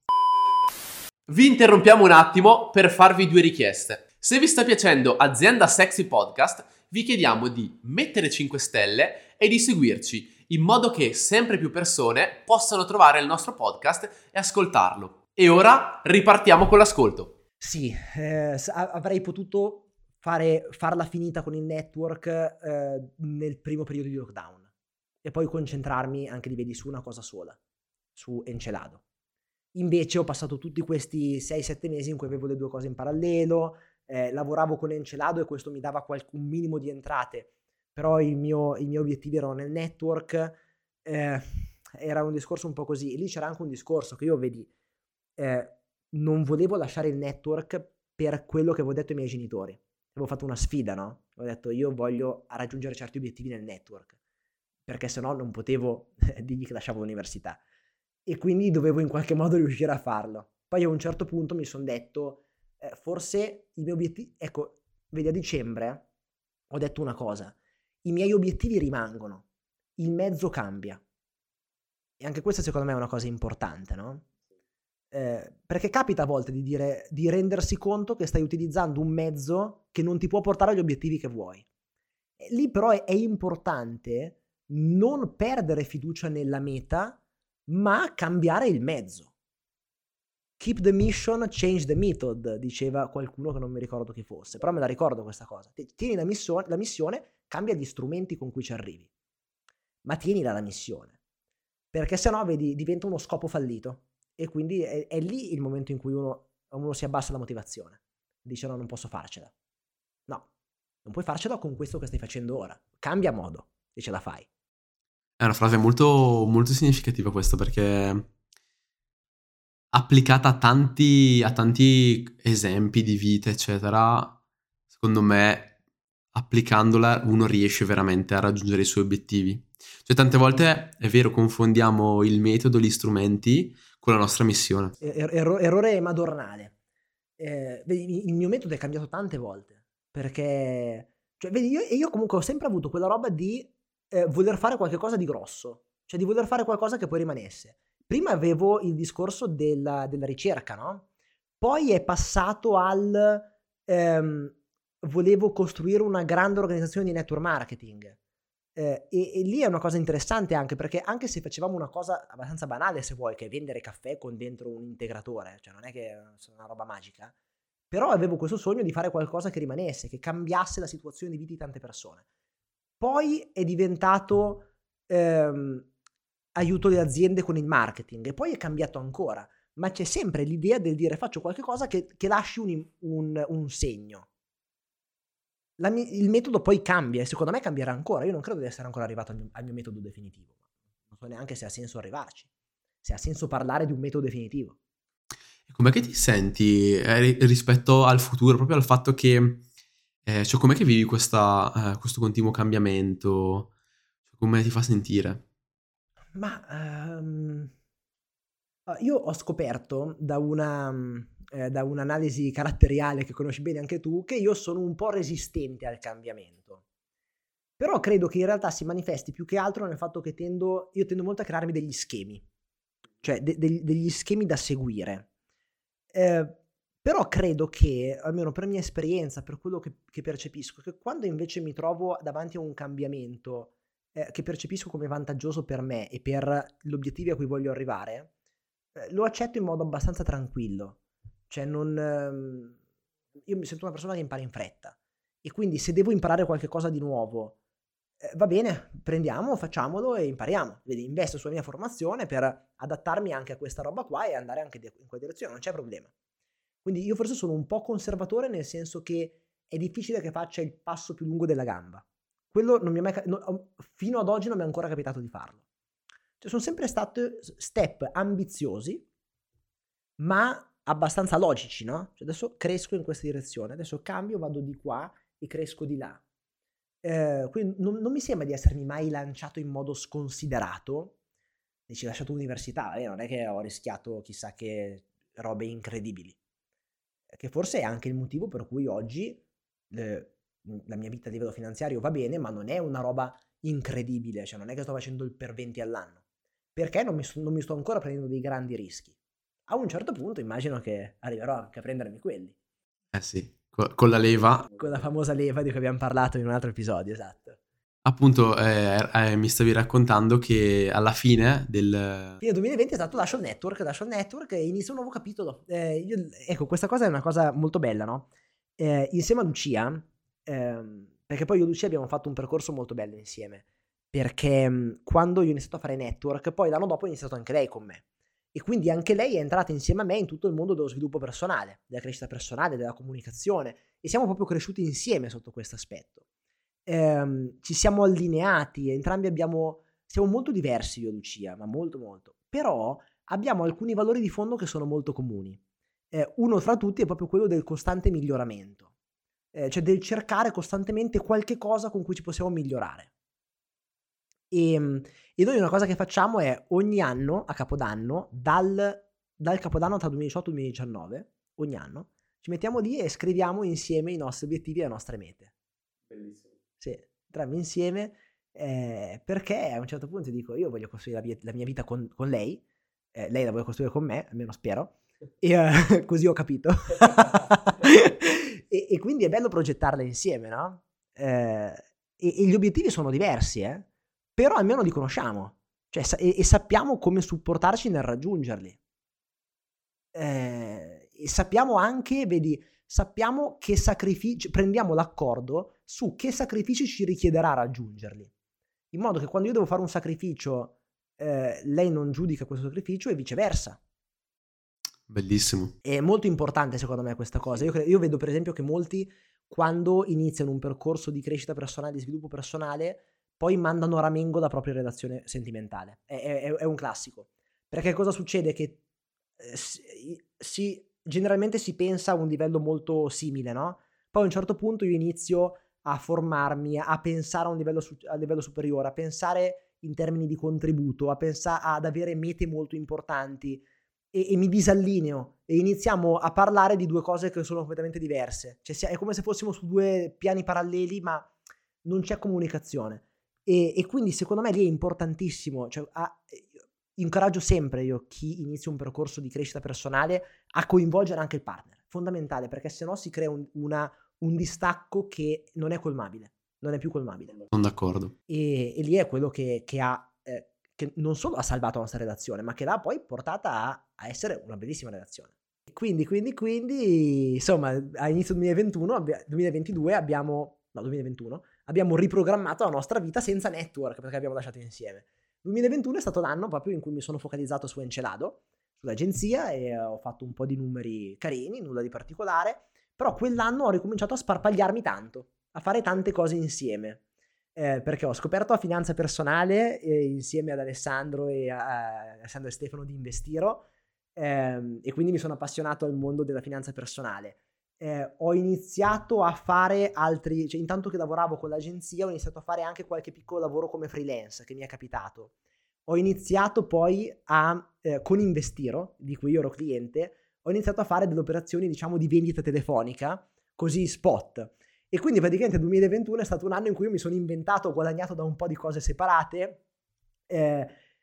Vi interrompiamo un attimo per farvi due richieste. Se vi sta piacendo Azienda Sexy Podcast, vi chiediamo di mettere cinque stelle e di seguirci, in modo che sempre più persone possano trovare il nostro podcast e ascoltarlo. E ora ripartiamo con l'ascolto. Sì, eh, avrei potuto fare, farla finita con il network eh, nel primo periodo di lockdown e poi concentrarmi anche di vedi su una cosa sola, su Encelado. Invece ho passato tutti questi sei sette mesi in cui avevo le due cose in parallelo, eh, lavoravo con Encelado e questo mi dava qualche, un minimo di entrate, però il mio, i miei obiettivi erano nel network, eh, era un discorso un po' così. E lì c'era anche un discorso che io vedi, eh, non volevo lasciare il network per quello che avevo detto ai miei genitori. Avevo fatto una sfida, no? Ho detto io voglio raggiungere certi obiettivi nel network, perché sennò non potevo dirgli che lasciavo l'università. E quindi dovevo in qualche modo riuscire a farlo. Poi a un certo punto mi sono detto, eh, forse i miei obiettivi... Ecco, vedi, a dicembre ho detto una cosa, i miei obiettivi rimangono, il mezzo cambia. E anche questa secondo me è una cosa importante, no? Eh, perché capita a volte di dire, di rendersi conto che stai utilizzando un mezzo che non ti può portare agli obiettivi che vuoi. E lì però è, è importante non perdere fiducia nella meta, ma cambiare il mezzo. Keep the mission, change the method, diceva qualcuno che non mi ricordo chi fosse, però me la ricordo questa cosa. Tieni la missione, la missione, cambia gli strumenti con cui ci arrivi, ma tienila la missione, perché sennò vedi diventa uno scopo fallito e quindi è, è lì il momento in cui uno, uno si abbassa la motivazione, dice no, non posso farcela. No, non puoi farcela con questo che stai facendo ora, cambia modo e ce la fai. È una frase molto, molto significativa questa, perché applicata a tanti, a tanti esempi di vita, eccetera, secondo me, applicandola uno riesce veramente a raggiungere i suoi obiettivi. Cioè tante volte, è vero, confondiamo il metodo, gli strumenti con la nostra missione. Er- erro- errore madornale. Eh, vedi, il mio metodo è cambiato tante volte, perché... Cioè, vedi, io, io comunque ho sempre avuto quella roba di eh, voler fare qualcosa di grosso, cioè di voler fare qualcosa che poi rimanesse. Prima avevo il discorso della, della ricerca, no? Poi è passato al... Ehm, volevo costruire una grande organizzazione di network marketing. Eh, e, e lì è una cosa interessante anche perché anche se facevamo una cosa abbastanza banale, se vuoi, che è vendere caffè con dentro un integratore, cioè non è che è una roba magica, però avevo questo sogno di fare qualcosa che rimanesse, che cambiasse la situazione di vita di tante persone. Poi è diventato ehm, aiuto le aziende con il marketing e poi è cambiato ancora, ma c'è sempre l'idea del dire faccio qualche cosa che, che lasci un, un, un segno. La mi- il metodo poi cambia e secondo me cambierà ancora. Io non credo di essere ancora arrivato al mio, al mio metodo definitivo. Non so neanche se ha senso arrivarci, se ha senso parlare di un metodo definitivo. E com'è che ti senti eh, ri- rispetto al futuro, proprio al fatto che, eh, cioè com'è che vivi questa, eh, questo continuo cambiamento? Cioè, come ti fa sentire? Ma ehm, ah, io ho scoperto da una mm, eh, da un'analisi caratteriale che conosci bene anche tu, che io sono un po' resistente al cambiamento. Però credo che in realtà si manifesti più che altro nel fatto che tendo, io tendo molto a crearmi degli schemi, cioè de- degli degli schemi da seguire. Eh, Però credo che, almeno per mia esperienza, per quello che, che percepisco, che quando invece mi trovo davanti a un cambiamento eh, che percepisco come vantaggioso per me e per gli obiettivi a cui voglio arrivare, eh, lo accetto in modo abbastanza tranquillo. Cioè non... ehm, io mi sento una persona che impara in fretta e quindi se devo imparare qualche cosa di nuovo, eh, va bene, prendiamo, facciamolo e impariamo. Vedi, investo sulla mia formazione per adattarmi anche a questa roba qua e andare anche in quella direzione, non c'è problema. Quindi io forse sono un po' conservatore nel senso che è difficile che faccia il passo più lungo della gamba. Quello non mi è mai, no, fino ad oggi non mi è ancora capitato di farlo. Cioè sono sempre stati step ambiziosi, ma abbastanza logici, no? Cioè adesso cresco in questa direzione, adesso cambio, vado di qua e cresco di là. Eh, quindi non, non mi sembra di essermi mai lanciato in modo sconsiderato. Dici, ho lasciato l'università, eh, non è che ho rischiato chissà che robe incredibili. Che forse è anche il motivo per cui oggi eh, la mia vita a livello finanziario va bene, ma non è una roba incredibile, cioè non è che sto facendo il per venti all'anno, perché non mi, sto, non mi sto ancora prendendo dei grandi rischi. A un certo punto immagino che arriverò anche a prendermi quelli, Eh sì, co- con la leva. con la famosa leva di cui abbiamo parlato in un altro episodio, esatto. Appunto, eh, eh, mi stavi raccontando che alla fine del... Fine duemilaventi è stato lascio il network, lascio il network e inizio un nuovo capitolo. Eh, io- ecco, questa cosa è una cosa molto bella, no? Eh, insieme a Lucia, ehm, perché poi io e Lucia abbiamo fatto un percorso molto bello insieme, perché mh, quando io ho iniziato a fare network, poi l'anno dopo ha iniziato anche lei con me. E quindi anche lei è entrata insieme a me in tutto il mondo dello sviluppo personale, della crescita personale, della comunicazione, e siamo proprio cresciuti insieme sotto questo aspetto. Ehm, ci siamo allineati, entrambi abbiamo, siamo molto diversi io e Lucia, ma molto molto, però abbiamo alcuni valori di fondo che sono molto comuni. Eh, uno fra tutti è proprio quello del costante miglioramento, eh, cioè del cercare costantemente qualche cosa con cui ci possiamo migliorare. E, e noi una cosa che facciamo è ogni anno, a Capodanno, dal, dal Capodanno tra duemiladiciotto e duemiladiciannove, ogni anno, ci mettiamo lì e scriviamo insieme i nostri obiettivi e le nostre mete. Bellissimo. Sì, entriamo insieme eh, perché a un certo punto dico io voglio costruire la, via- la mia vita con, con lei, eh, lei la vuole costruire con me, almeno spero, e eh, così ho capito. e, e quindi è bello progettarla insieme, no? Eh, e, e gli obiettivi sono diversi, eh? Però almeno li conosciamo, cioè, sa- e, e sappiamo come supportarci nel raggiungerli. Eh, e sappiamo anche, vedi, sappiamo che sacrifici, prendiamo l'accordo su che sacrifici ci richiederà raggiungerli, in modo che quando io devo fare un sacrificio, eh, lei non giudica questo sacrificio e viceversa. Bellissimo. È molto importante secondo me questa cosa. Io, cre- io vedo per esempio che molti quando iniziano un percorso di crescita personale, di sviluppo personale, poi mandano a ramengo la propria relazione sentimentale. È, è- è un classico. Perché cosa succede? Che eh, si, si- generalmente si pensa a un livello molto simile, no? Poi a un certo punto io inizio a formarmi, a pensare a un livello, su- a livello superiore, a pensare in termini di contributo, a pensare ad avere mete molto importanti e, e mi disallineo e iniziamo a parlare di due cose che sono completamente diverse. Cioè sia- è come se fossimo su due piani paralleli, ma non c'è comunicazione. E, e quindi secondo me lì è importantissimo, cioè, a- incoraggio sempre io chi inizia un percorso di crescita personale a coinvolgere anche il partner, fondamentale, perché sennò si crea un- una un distacco che non è colmabile, non è più colmabile. Sono d'accordo. E, e lì è quello che, che ha, eh, che non solo ha salvato la nostra redazione, ma che l'ha poi portata a, a essere una bellissima redazione. E quindi, quindi, quindi, insomma, a inizio duemilaventuno, abbia- duemilaventidue abbiamo, no, duemilaventuno, abbiamo riprogrammato la nostra vita senza network, perché abbiamo lasciato insieme. duemilaventuno è stato l'anno proprio in cui mi sono focalizzato su Encelado, sull'agenzia, e ho fatto un po' di numeri carini, nulla di particolare, però quell'anno ho ricominciato a sparpagliarmi tanto, a fare tante cose insieme, eh, perché ho scoperto la finanza personale eh, insieme ad Alessandro e, a, a Alessandro e Stefano di Investiro, ehm, e quindi mi sono appassionato al mondo della finanza personale. Eh, ho iniziato a fare altri, cioè intanto che lavoravo con l'agenzia ho iniziato a fare anche qualche piccolo lavoro come freelance che mi è capitato. Ho iniziato poi a, eh, con Investiro, di cui io ero cliente, ho iniziato a fare delle operazioni, diciamo, di vendita telefonica, così spot. E quindi praticamente il duemilaventuno è stato un anno in cui io mi sono inventato, ho guadagnato da un po' di cose separate, eh,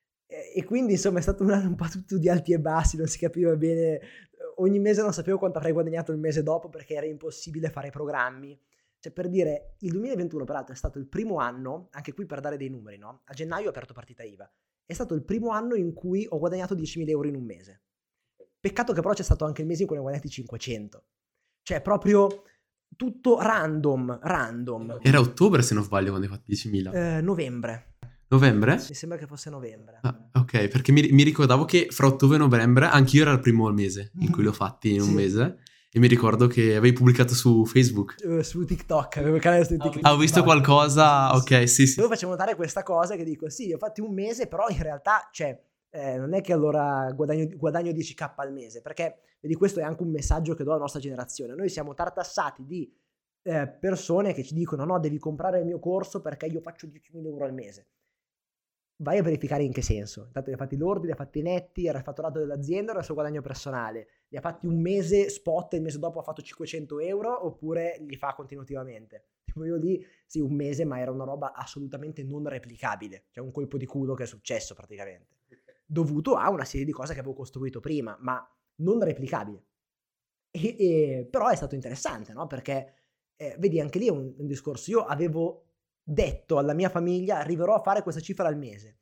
e quindi insomma è stato un anno un po' tutto di alti e bassi, non si capiva bene, ogni mese non sapevo quanto avrei guadagnato il mese dopo perché era impossibile fare programmi. Cioè, per dire, il duemilaventuno peraltro è stato il primo anno, anche qui per dare dei numeri, no? A gennaio ho aperto partita I V A. È stato il primo anno in cui ho guadagnato diecimila euro in un mese. Peccato che però c'è stato anche il mese in cui ne ho guadagnati cinquecento. Cioè, proprio tutto random, random. Era ottobre, se non sbaglio, quando hai fatto diecimila. Eh, novembre. Novembre? Mi sembra che fosse novembre. Ah, ok, perché mi, mi ricordavo che fra ottobre e novembre, anch'io era il primo mese in cui l'ho fatti in un Sì. mese. E mi ricordo che avevi pubblicato su Facebook. Uh, su TikTok, avevo il canale su TikTok. Ah, ho visto qualcosa, ok, sì, sì. Dove facevo notare questa cosa che dico, sì, ho fatti un mese, però in realtà, cioè, eh, non è che allora guadagno, guadagno dieci k al mese, perché, vedi, questo è anche un messaggio che do alla nostra generazione. Noi siamo tartassati di eh, persone che ci dicono, no, devi comprare il mio corso perché io faccio diecimila euro al mese. Vai a verificare in che senso. Intanto li ha fatti lordi, li ha fatti netti, era il fatturato dell'azienda, era il suo guadagno personale. Li ha fatti un mese spot e il mese dopo ha fatto cinquecento euro, oppure li fa continuativamente. Tipo io lì, sì, un mese, ma era una roba assolutamente non replicabile. Cioè un colpo di culo che è successo praticamente. Dovuto a una serie di cose che avevo costruito prima, ma non replicabile. E, e, però è stato interessante, no? Perché, eh, vedi, anche lì è un, un discorso. Io avevo detto alla mia famiglia arriverò a fare questa cifra al mese,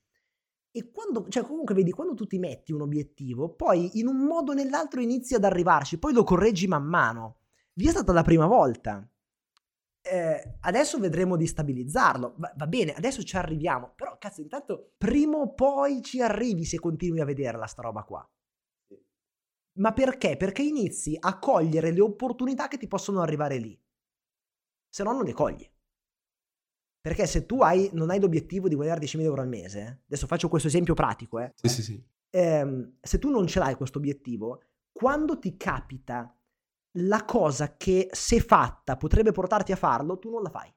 e quando, cioè comunque vedi, quando tu ti metti un obiettivo poi in un modo o nell'altro inizi ad arrivarci, poi lo correggi man mano. Lì è stata la prima volta, eh, adesso vedremo di stabilizzarlo, va, va bene, adesso ci arriviamo, però cazzo, intanto prima o poi ci arrivi se continui a vederla sta roba qua. Ma perché? Perché inizi a cogliere le opportunità che ti possono arrivare lì, se no non le cogli. Perché se tu hai, non hai l'obiettivo di guadagnare diecimila euro al mese, adesso faccio questo esempio pratico, eh, Sì, sì, sì. ehm, se tu non ce l'hai questo obiettivo, quando ti capita la cosa che se fatta potrebbe portarti a farlo, tu non la fai.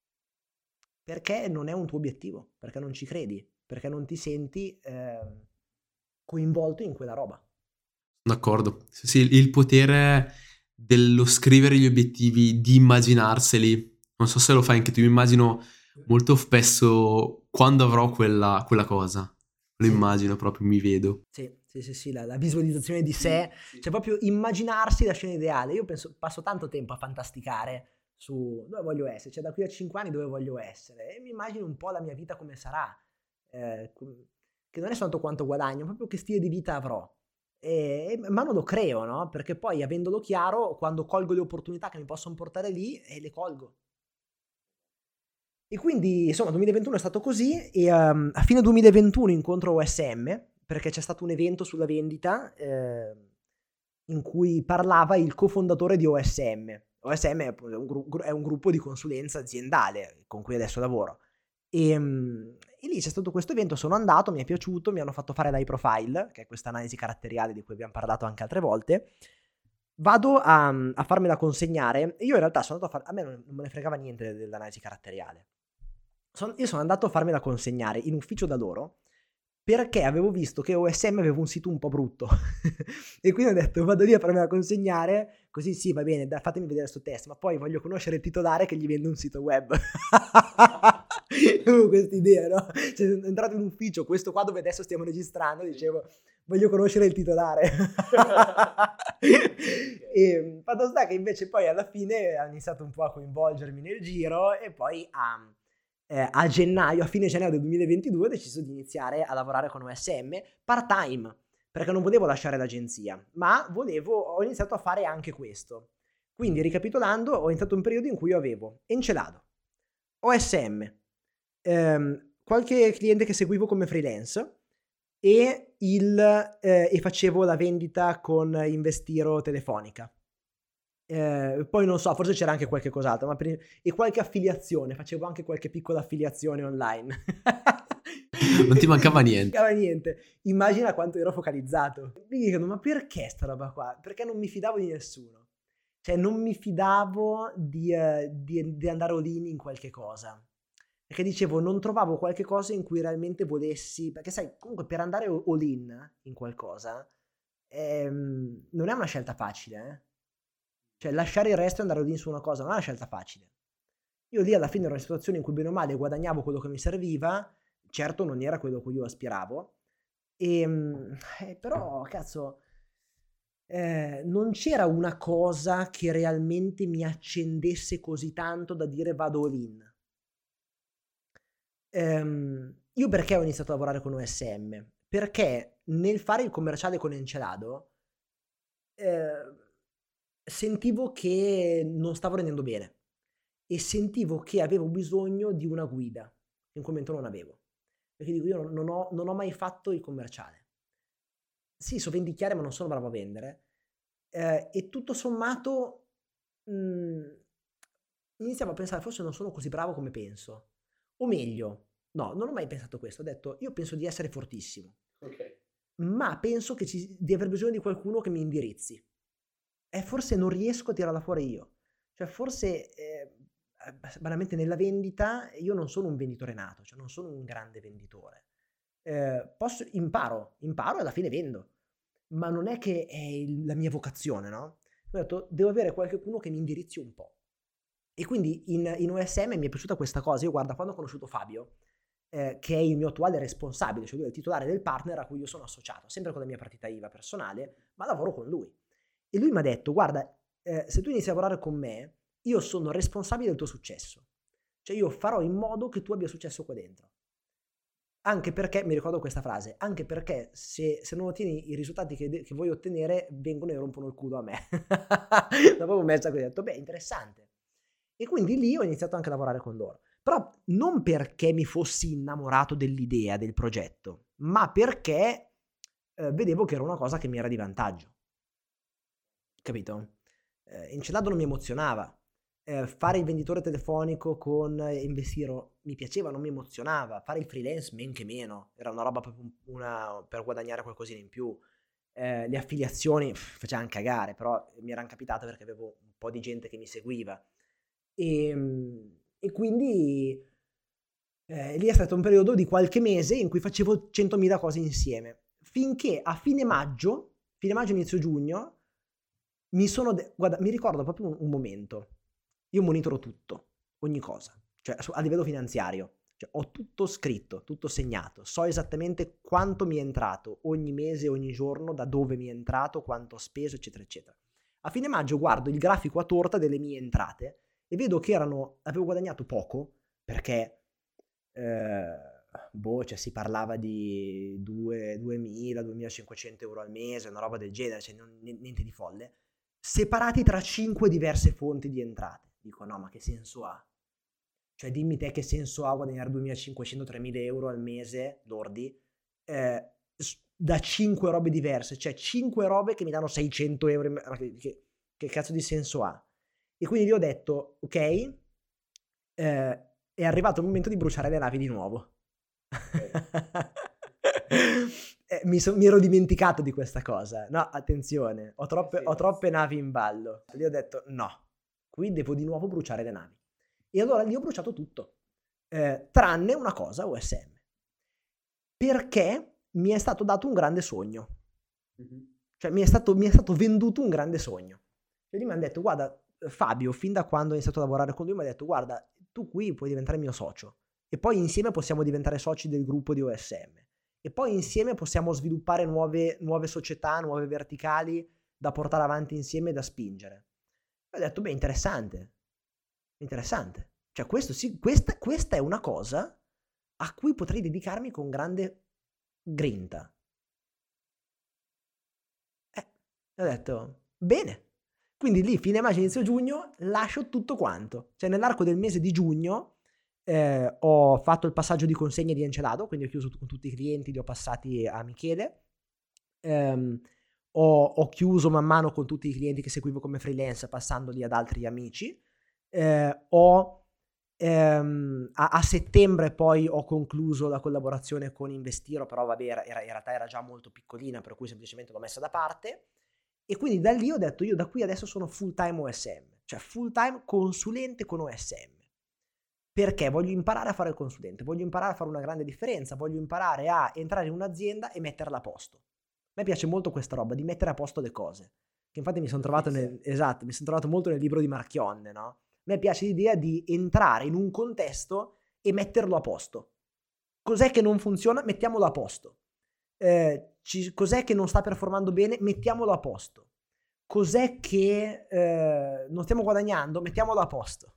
Perché non è un tuo obiettivo, perché non ci credi, perché non ti senti eh, coinvolto in quella roba. D'accordo. Sì, il potere dello scrivere gli obiettivi, di immaginarseli. Non so se lo fai anche tu, mi immagino molto spesso quando avrò quella, quella cosa. Lo Sì. immagino proprio, mi vedo. Sì, sì, sì, sì, la, la visualizzazione di sé, cioè proprio immaginarsi la scena ideale. Io penso, passo tanto tempo a fantasticare su dove voglio essere, cioè da qui a cinque anni dove voglio essere, e mi immagino un po' la mia vita come sarà, eh, che non è soltanto quanto guadagno, proprio che stile di vita avrò. E, ma non lo creo, no? Perché poi, avendolo chiaro, quando colgo le opportunità che mi possono portare lì, e le colgo. E quindi, insomma, duemilaventuno è stato così, e um, a fine duemilaventuno incontro O S M, perché c'è stato un evento sulla vendita eh, in cui parlava il cofondatore di O S M. O S M è un, gru- è un gruppo di consulenza aziendale con cui adesso lavoro. E, um, e lì c'è stato questo evento, sono andato, mi è piaciuto, mi hanno fatto fare l'I Profile, che è questa analisi caratteriale di cui abbiamo parlato anche altre volte. Vado a, a farmela consegnare, e io in realtà sono andato a fare, a me non, non me ne fregava niente dell'analisi caratteriale. Son, io sono andato a farmela consegnare in ufficio da loro, perché avevo visto che O S M aveva un sito un po' brutto e quindi ho detto vado lì a farmela consegnare, così sì va bene, dai, fatemi vedere sto test, ma poi voglio conoscere il titolare che gli vende un sito web. Avevo questa idea, no? Cioè, sono entrato in ufficio, questo qua dove adesso stiamo registrando, dicevo voglio conoscere il titolare. E fatto sta che invece poi alla fine ha iniziato un po' a coinvolgermi nel giro e poi a, eh, a gennaio, a fine gennaio del duemilaventidue ho deciso di iniziare a lavorare con O S M part time, perché non volevo lasciare l'agenzia, ma volevo, ho iniziato a fare anche questo. Quindi ricapitolando, ho iniziato un periodo in cui io avevo Encelado, O S M, ehm, qualche cliente che seguivo come freelance e, il, eh, e facevo la vendita con Investiro telefonica. Eh, poi non so, forse c'era anche qualche cos'altro, ma per, e qualche affiliazione, facevo anche qualche piccola affiliazione online. Non ti mancava niente. Non mancava niente. Immagina quanto ero focalizzato. Mi dicono, ma perché sta roba qua? Perché non mi fidavo di nessuno. Cioè non mi fidavo di, uh, di, di andare all in in qualche cosa. Perché dicevo, non trovavo qualche cosa in cui realmente volessi... Perché sai, comunque per andare all in in qualcosa ehm, non è una scelta facile, eh? Cioè lasciare il resto e andare all in su una cosa non è una scelta facile. Io lì alla fine ero in una situazione in cui bene o male guadagnavo quello che mi serviva, certo non era quello a cui io aspiravo, e, eh, però cazzo eh, non c'era una cosa che realmente mi accendesse così tanto da dire vado all in. Um, io perché ho iniziato a lavorare con O S M? Perché nel fare il commerciale con Encelado eh, sentivo che non stavo rendendo bene e sentivo che avevo bisogno di una guida che in quel momento non avevo, perché dico io non ho, non ho mai fatto il commerciale, sì so vendicchiare ma non sono bravo a vendere eh, e tutto sommato mh, iniziavo a pensare forse non sono così bravo come penso. O meglio, no, non ho mai pensato questo, ho detto io penso di essere fortissimo, Ok. ma penso che ci, di aver bisogno di qualcuno che mi indirizzi e forse non riesco a tirarla fuori io, cioè forse eh, banalmente nella vendita io non sono un venditore nato, cioè non sono un grande venditore, eh, posso, imparo, imparo e alla fine vendo, ma non è che è il, la mia vocazione, no? Ho detto devo avere qualcuno che mi indirizzi un po'. E quindi in, in O S M mi è piaciuta questa cosa. Io guarda, quando ho conosciuto Fabio, eh, che è il mio attuale responsabile, cioè lui è il titolare del partner a cui io sono associato, sempre con la mia partita I V A personale, ma lavoro con lui. E lui mi ha detto, guarda, eh, se tu inizi a lavorare con me, io sono responsabile del tuo successo. Cioè io farò in modo che tu abbia successo qua dentro. Anche perché, mi ricordo questa frase, anche perché se, se non ottieni i risultati che, che vuoi ottenere, vengono e rompono il culo a me. Dopo ho messo qui e ho detto, beh, interessante. E quindi lì ho iniziato anche a lavorare con loro. Però non perché mi fossi innamorato dell'idea, del progetto, ma perché eh, vedevo che era una cosa che mi era di vantaggio. Capito? Eh, Encelado non mi emozionava. Eh, fare il venditore telefonico con eh, Investiro mi piaceva, non mi emozionava. Fare il freelance men che meno. Era una roba per, una, per guadagnare qualcosina in più. Eh, le affiliazioni pff, facevano cagare, però mi erano capitate perché avevo un po' di gente che mi seguiva. E, e quindi eh, lì è stato un periodo di qualche mese in cui facevo centomila cose insieme, finché a fine maggio, fine maggio inizio giugno, mi sono, de- guarda, mi ricordo proprio un, un momento, io monitoro tutto, ogni cosa, cioè a livello finanziario, cioè, ho tutto scritto, tutto segnato, so esattamente quanto mi è entrato ogni mese, ogni giorno, da dove mi è entrato, quanto ho speso, eccetera, eccetera. A fine maggio guardo il grafico a torta delle mie entrate e vedo che erano, avevo guadagnato poco, perché eh, boh, cioè si parlava di duemila duemilacinquecento euro al mese, una roba del genere, cioè non, niente di folle, separati tra cinque diverse fonti di entrate. Dico, no, ma che senso ha? Cioè dimmi te che senso ha guadagnare duemilacinquecento tremila euro al mese, lordi, eh, da cinque robe diverse, cioè cinque robe che mi danno seicento euro, ma che, che, che cazzo di senso ha? E quindi gli ho detto, ok, eh, è arrivato il momento di bruciare le navi di nuovo. eh, mi, so, mi ero dimenticato di questa cosa. No, attenzione, ho troppe, ho troppe navi in ballo. Gli ho detto, no, qui devo di nuovo bruciare le navi. E allora lì ho bruciato tutto, eh, tranne una cosa, O S M. Perché mi è stato dato un grande sogno. Mm-hmm. Cioè mi è, stato, mi è stato venduto un grande sogno. Cioè, mi hanno detto, guarda, Fabio, fin da quando ho iniziato a lavorare con lui, mi ha detto, guarda, tu qui puoi diventare mio socio e poi insieme possiamo diventare soci del gruppo di O S M e poi insieme possiamo sviluppare nuove, nuove società, nuove verticali da portare avanti insieme e da spingere. E ho detto, beh, interessante, interessante. Cioè questo sì, questa, questa è una cosa a cui potrei dedicarmi con grande grinta. Eh, ho detto, bene. Quindi lì, fine maggio, inizio giugno, lascio tutto quanto. Cioè nell'arco del mese di giugno eh, ho fatto il passaggio di consegne di Encelado, quindi ho chiuso con tutti i clienti, li ho passati a Michele. Ehm, ho, ho chiuso man mano con tutti i clienti che seguivo come freelance, passandoli ad altri amici. Eh, ho, ehm, a, a settembre poi ho concluso la collaborazione con Investiro, però vabbè, era, era, in realtà era già molto piccolina, per cui semplicemente l'ho messa da parte. E quindi da lì ho detto, io da qui adesso sono full time O S M, cioè full time consulente con O S M. Perché voglio imparare a fare il consulente, voglio imparare a fare una grande differenza, voglio imparare a entrare in un'azienda e metterla a posto. A me piace molto questa roba, di mettere a posto le cose. Che infatti mi sono trovato nel, esatto, mi sono trovato molto nel libro di Marchionne, no? A me piace l'idea di entrare in un contesto e metterlo a posto. Cos'è che non funziona? Mettiamolo a posto. Eh, ci, cos'è che non sta performando bene? Mettiamolo a posto. Cos'è che eh, non stiamo guadagnando? Mettiamolo a posto.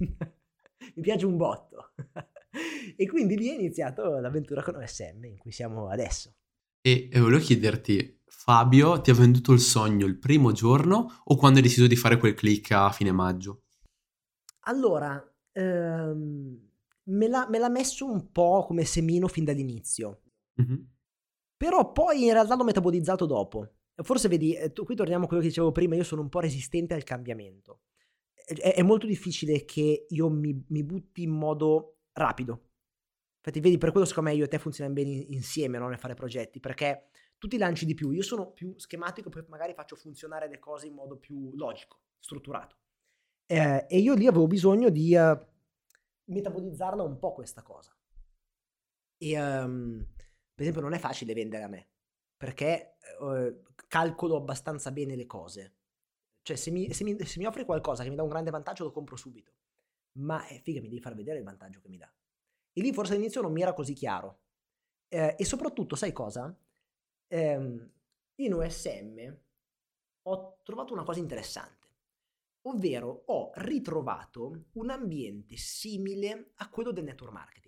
Mi piace un botto. E quindi lì è iniziato l'avventura con O S M in cui siamo adesso. E, e volevo chiederti, Fabio ti ha venduto il sogno il primo giorno o quando hai deciso di fare quel click a fine maggio? Allora, ehm, me, l'ha, me l'ha messo un po' come semino fin dall'inizio. Mm-hmm. Però poi in realtà l'ho metabolizzato dopo. Forse vedi, tu, qui torniamo a quello che dicevo prima, io sono un po' resistente al cambiamento. È, è molto difficile che io mi, mi butti in modo rapido. Infatti vedi, per quello secondo me io e te funzioniamo bene insieme, no? Nel fare progetti, perché tu ti lanci di più, io sono più schematico, poi magari faccio funzionare le cose in modo più logico, strutturato. Eh, e io lì avevo bisogno di uh, metabolizzarla un po' questa cosa. E... Um, per esempio non è facile vendere a me, perché eh, calcolo abbastanza bene le cose. Cioè se mi, se, mi, se mi offri qualcosa che mi dà un grande vantaggio lo compro subito. Ma è figa, mi devi far vedere il vantaggio che mi dà. E lì forse all'inizio non mi era così chiaro. Eh, e soprattutto, sai cosa? Eh, in O S M ho trovato una cosa interessante. Ovvero ho ritrovato un ambiente simile a quello del network marketing.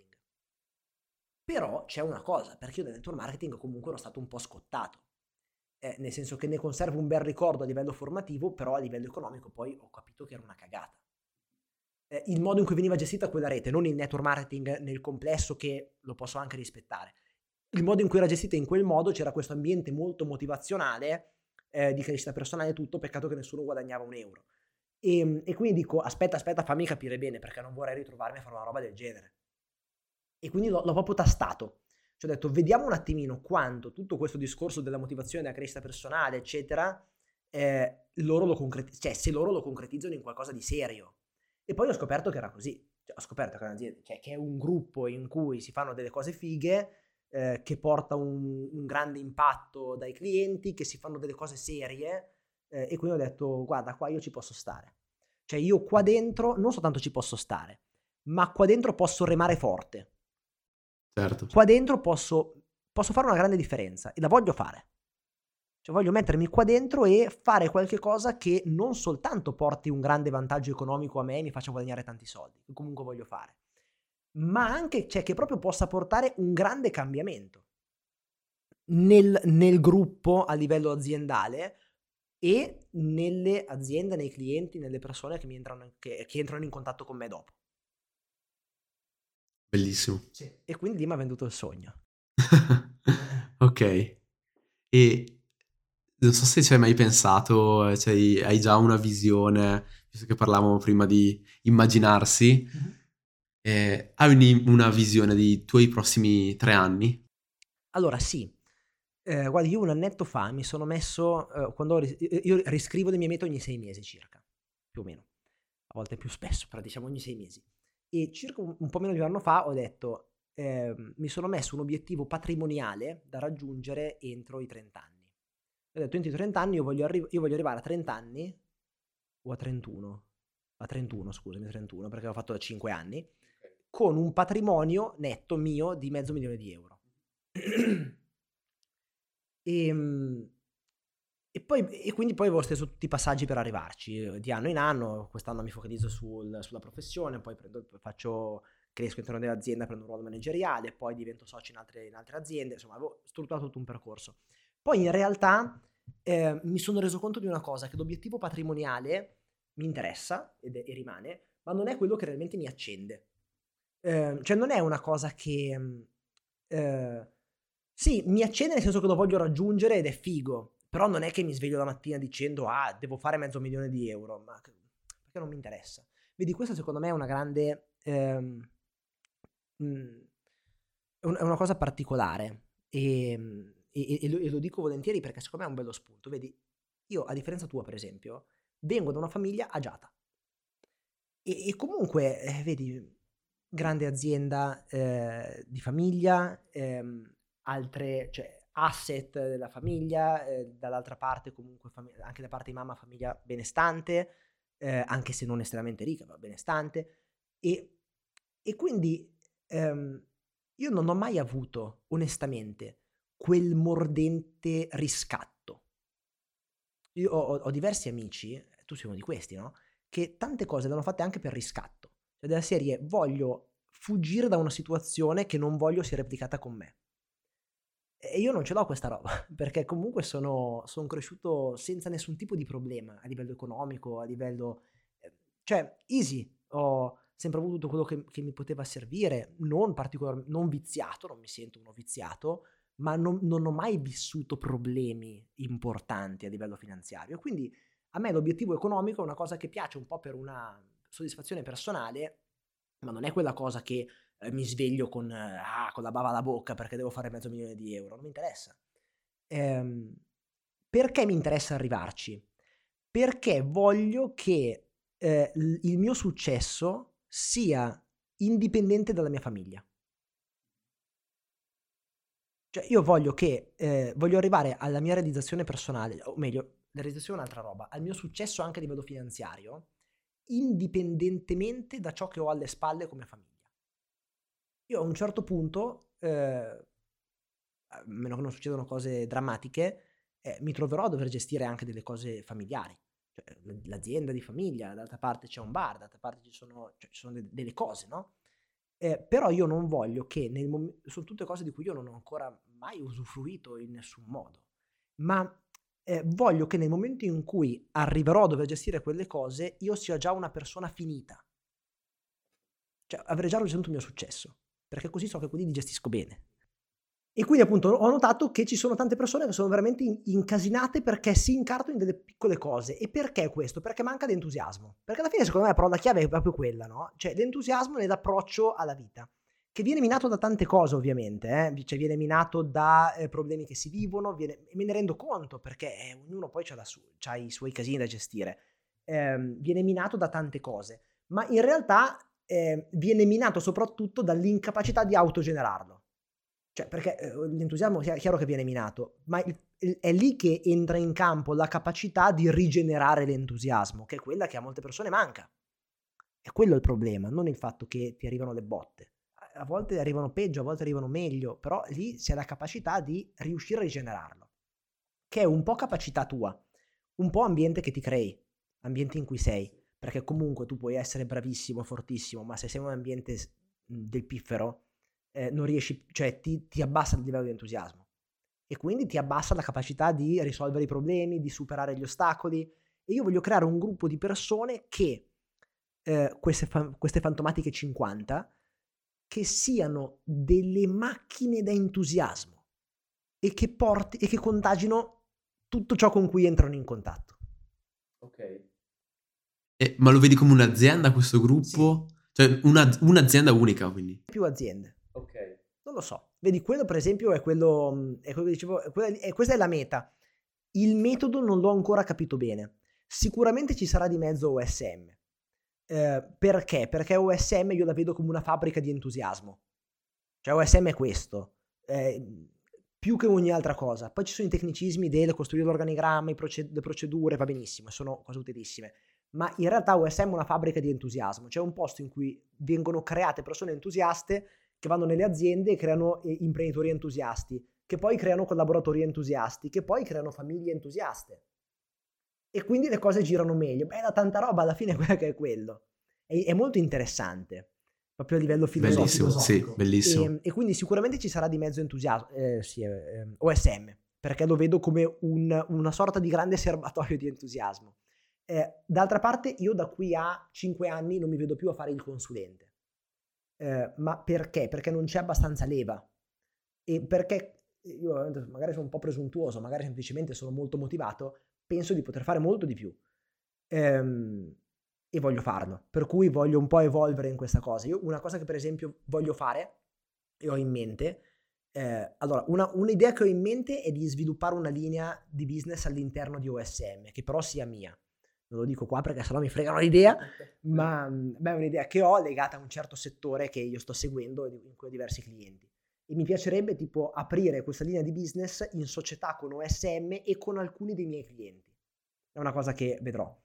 Però c'è una cosa, perché io del network marketing comunque ero stato un po' scottato, eh, nel senso che ne conservo un bel ricordo a livello formativo, però a livello economico poi ho capito che era una cagata. Eh, il modo in cui veniva gestita quella rete, non il network marketing nel complesso, che lo posso anche rispettare, il modo in cui era gestita in quel modo, c'era questo ambiente molto motivazionale, eh, di crescita personale e tutto, pepeccato che nessuno guadagnava un euro. E, e quindi dico, aspetta, aspetta, fammi capire bene, perché non vorrei ritrovarmi a fare una roba del genere. E quindi l'ho, l'ho proprio tastato. Cioè ho detto, vediamo un attimino quanto tutto questo discorso della motivazione, della crescita personale, eccetera, eh, loro lo concretizzano, cioè se loro lo concretizzano in qualcosa di serio. E poi ho scoperto che era così. Cioè, ho scoperto che, un'azienda, cioè, che è un gruppo in cui si fanno delle cose fighe, eh, che porta un, un grande impatto dai clienti, che si fanno delle cose serie, eh, e quindi ho detto, guarda, qua io ci posso stare. Cioè io qua dentro non soltanto ci posso stare, ma qua dentro posso remare forte. Certo. Qua dentro posso, posso fare una grande differenza e la voglio fare. Cioè voglio mettermi qua dentro e fare qualche cosa che non soltanto porti un grande vantaggio economico a me e mi faccia guadagnare tanti soldi, che comunque voglio fare, ma anche, cioè, che proprio possa portare un grande cambiamento nel, nel gruppo a livello aziendale e nelle aziende, nei clienti, nelle persone che, mi entrano, che, che entrano in contatto con me dopo. Bellissimo. Sì. E quindi lì mi ha venduto il sogno. Ok. E non so se ci hai mai pensato, cioè, hai già una visione, visto che parlavamo prima di immaginarsi, mm-hmm. eh, hai una visione dei tuoi prossimi tre anni? Allora sì, eh, guarda, io un annetto fa mi sono messo, eh, quando ris- io riscrivo le mie mete ogni sei mesi circa, più o meno, a volte più spesso, però diciamo ogni sei mesi. E circa un, un po' meno di un anno fa ho detto, eh, mi sono messo un obiettivo patrimoniale da raggiungere entro i trenta anni. Ho detto entro i trenta anni io voglio, arri- io voglio arrivare a trenta anni o a trentuno, a trentuno scusami, trentuno perché ho fatto cinque anni, con un patrimonio netto mio di mezzo milione di euro. e, e, poi, e quindi poi avevo steso tutti i passaggi per arrivarci, di anno in anno. Quest'anno mi focalizzo sul, sulla professione, poi prendo, faccio, cresco all'interno dell'azienda, prendo un ruolo manageriale, poi divento socio in altre, in altre aziende, insomma avevo strutturato tutto un percorso. Poi in realtà eh, mi sono reso conto di una cosa, che l'obiettivo patrimoniale mi interessa ed è, e rimane, ma non è quello che realmente mi accende. Eh, cioè non è una cosa che... Eh, sì, mi accende nel senso che lo voglio raggiungere ed è figo, però non è che mi sveglio la mattina dicendo ah, devo fare mezzo milione di euro, ma perché non mi interessa. Vedi, questa secondo me è una grande... Ehm, mh, è una cosa particolare e, e, e, lo, e lo dico volentieri perché secondo me è un bello spunto. Vedi, io a differenza tua per esempio, vengo da una famiglia agiata e, e comunque, eh, vedi, grande azienda eh, di famiglia, ehm, altre, cioè asset della famiglia, eh, dall'altra parte comunque fam- anche da parte di mamma famiglia benestante, eh, anche se non estremamente ricca, ma benestante, e, e quindi ehm, io non ho mai avuto onestamente quel mordente riscatto. Io ho, ho diversi amici, tu sei uno di questi, no? Che tante cose le hanno fatte anche per riscatto, cioè della serie voglio fuggire da una situazione che non voglio sia replicata con me. E io non ce l'ho questa roba, perché comunque sono, sono cresciuto senza nessun tipo di problema a livello economico, a livello... eh, cioè, easy, ho sempre avuto quello che, che mi poteva servire, non particolarmente, non viziato, non mi sento uno viziato, ma non, non ho mai vissuto problemi importanti a livello finanziario. Quindi a me l'obiettivo economico è una cosa che piace un po' per una soddisfazione personale, ma non è quella cosa che eh, mi sveglio con, eh, ah, con la bava alla bocca perché devo fare mezzo milione di euro, non mi interessa. Ehm, perché mi interessa arrivarci? Perché voglio che eh, l- il mio successo sia indipendente dalla mia famiglia. Cioè io voglio che eh, voglio arrivare alla mia realizzazione personale, o meglio, la realizzazione è un'altra roba, al mio successo anche a livello finanziario, indipendentemente da ciò che ho alle spalle come famiglia. Io a un certo punto, eh, a meno che non succedano cose drammatiche, eh, mi troverò a dover gestire anche delle cose familiari. Cioè, l'azienda di famiglia, dall'altra parte c'è un bar, dall'altra parte ci sono, cioè, ci sono de- delle cose, no? Eh, però io non voglio che nel momento... Sono tutte cose di cui io non ho ancora mai usufruito in nessun modo. Ma eh, voglio che nel momento in cui arriverò a dover gestire quelle cose, io sia già una persona finita. Cioè, avrei già raggiunto il mio successo. Perché così so che quelli li gestisco bene. E quindi appunto ho notato che ci sono tante persone che sono veramente incasinate perché si incartano in delle piccole cose. E perché questo? Perché manca di entusiasmo. Perché alla fine secondo me però la chiave è proprio quella, no? Cioè l'entusiasmo nell'approccio alla vita, che viene minato da tante cose ovviamente, eh? Cioè viene minato da eh, problemi che si vivono, viene... me ne rendo conto perché eh, ognuno poi c'ha, su... c'ha i suoi casini da gestire, eh, viene minato da tante cose, ma in realtà eh, viene minato soprattutto dall'incapacità di autogenerarlo. Cioè, perché eh, l'entusiasmo è chiaro che viene minato, ma il, il, è lì che entra in campo la capacità di rigenerare l'entusiasmo, che è quella che a molte persone manca. È quello il problema, non il fatto che ti arrivano le botte. A volte arrivano peggio, a volte arrivano meglio, però lì c'è la capacità di riuscire a rigenerarlo, che è un po' capacità tua, un po' ambiente che ti crei, ambiente in cui sei, perché comunque tu puoi essere bravissimo, fortissimo, ma se sei in un ambiente del piffero, eh, non riesci, cioè ti, ti abbassa il livello di entusiasmo e quindi ti abbassa la capacità di risolvere i problemi, di superare gli ostacoli. E io voglio creare un gruppo di persone che eh, queste, fa- queste fantomatiche cinquanta che siano delle macchine da entusiasmo e che porti e che contagino tutto ciò con cui entrano in contatto. Ok. Eh, ma lo vedi come un'azienda questo gruppo? Sì. Cioè una, un'azienda unica, quindi? Più aziende. Ok. Non lo so. Vedi, quello per esempio è quello, è quello che dicevo, è quella, è, questa è la meta. Il metodo non l'ho ancora capito bene. Sicuramente ci sarà di mezzo O S M. Eh, perché? Perché O S M io la vedo come una fabbrica di entusiasmo. Cioè O S M è questo, eh, più che ogni altra cosa. Poi ci sono i tecnicismi del costruire l'organigramma, i proced- le procedure, va benissimo, sono cose utilissime. Ma in realtà O S M è una fabbrica di entusiasmo, cioè un posto in cui vengono create persone entusiaste che vanno nelle aziende e creano eh, imprenditori entusiasti, che poi creano collaboratori entusiasti, che poi creano famiglie entusiaste. E quindi le cose girano meglio. Beh, da tanta roba alla fine quella che è quello. È, è molto interessante, proprio a livello filosofico. Bellissimo, sì, bellissimo. E, e quindi sicuramente ci sarà di mezzo entusiasmo, eh, sì, eh, O S M, perché lo vedo come un, una sorta di grande serbatoio di entusiasmo. Eh, d'altra parte io da qui a cinque anni non mi vedo più a fare il consulente. Eh, ma perché? Perché non c'è abbastanza leva. E perché io magari sono un po' presuntuoso, magari semplicemente sono molto motivato, penso di poter fare molto di più. Ehm, e voglio farlo. Per cui voglio un po' evolvere in questa cosa. Io una cosa che per esempio voglio fare e ho in mente, eh, allora una, un'idea che ho in mente è di sviluppare una linea di business all'interno di O S M, che però sia mia. Non lo dico qua perché sennò mi fregano l'idea, ma beh, è un'idea che ho legata a un certo settore che io sto seguendo in cui ho diversi clienti. E mi piacerebbe tipo aprire questa linea di business in società con O S M e con alcuni dei miei clienti. È una cosa che vedrò.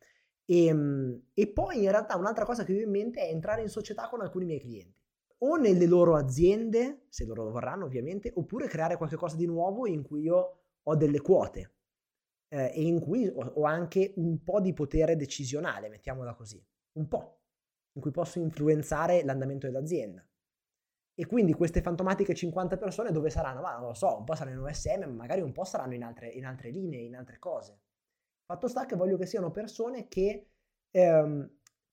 E, e poi in realtà un'altra cosa che ho in mente è entrare in società con alcuni miei clienti. O nelle loro aziende, se loro lo vorranno ovviamente, oppure creare qualcosa di nuovo in cui io ho delle quote. Eh, e in cui ho, ho anche un po' di potere decisionale, mettiamola così, un po', in cui posso influenzare l'andamento dell'azienda. E quindi queste fantomatiche cinquanta persone dove saranno? Ma non lo so, un po' saranno in O S M, ma magari un po' saranno in altre, in altre linee, in altre cose. Fatto sta che voglio che siano persone che ehm,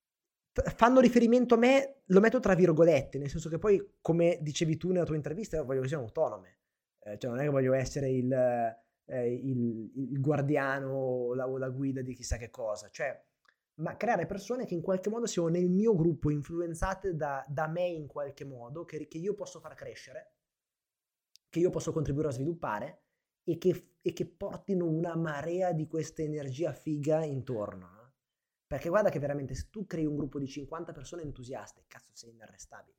fanno riferimento a me, lo metto tra virgolette, nel senso che poi, come dicevi tu nella tua intervista, voglio che siano autonome. Eh, cioè non è che voglio essere il... Eh, il, il guardiano o la, o la guida di chissà che cosa, cioè ma creare persone che in qualche modo siano nel mio gruppo, influenzate da, da me in qualche modo, che, che io posso far crescere, che io posso contribuire a sviluppare e che, e che portino una marea di questa energia figa intorno, no? Perché guarda che veramente se tu crei un gruppo di cinquanta persone entusiaste, cazzo sei inarrestabile,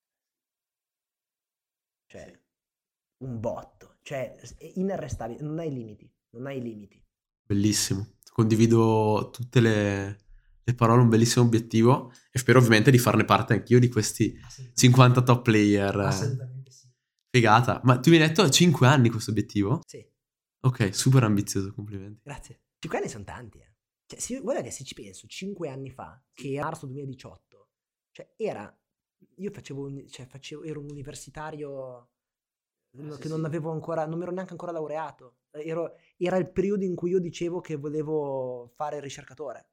cioè sì. Un botto, cioè è inarrestabile, non hai limiti, non hai limiti. Bellissimo, condivido tutte le, le parole, un bellissimo obiettivo e spero ovviamente di farne parte anch'io di questi cinquanta top player. Assolutamente sì. Figata, ma tu mi hai detto cinque anni questo obiettivo? Sì. Ok, super ambizioso, complimenti. Grazie. cinque anni sono tanti, eh. Cioè, se, guarda che se ci penso, cinque anni fa, che era marzo duemiladiciotto, cioè era, io facevo, un, cioè facevo, ero un universitario eh, che sì, non sì. avevo ancora, non mi ero neanche ancora laureato, ero, era il periodo in cui io dicevo che volevo fare il ricercatore.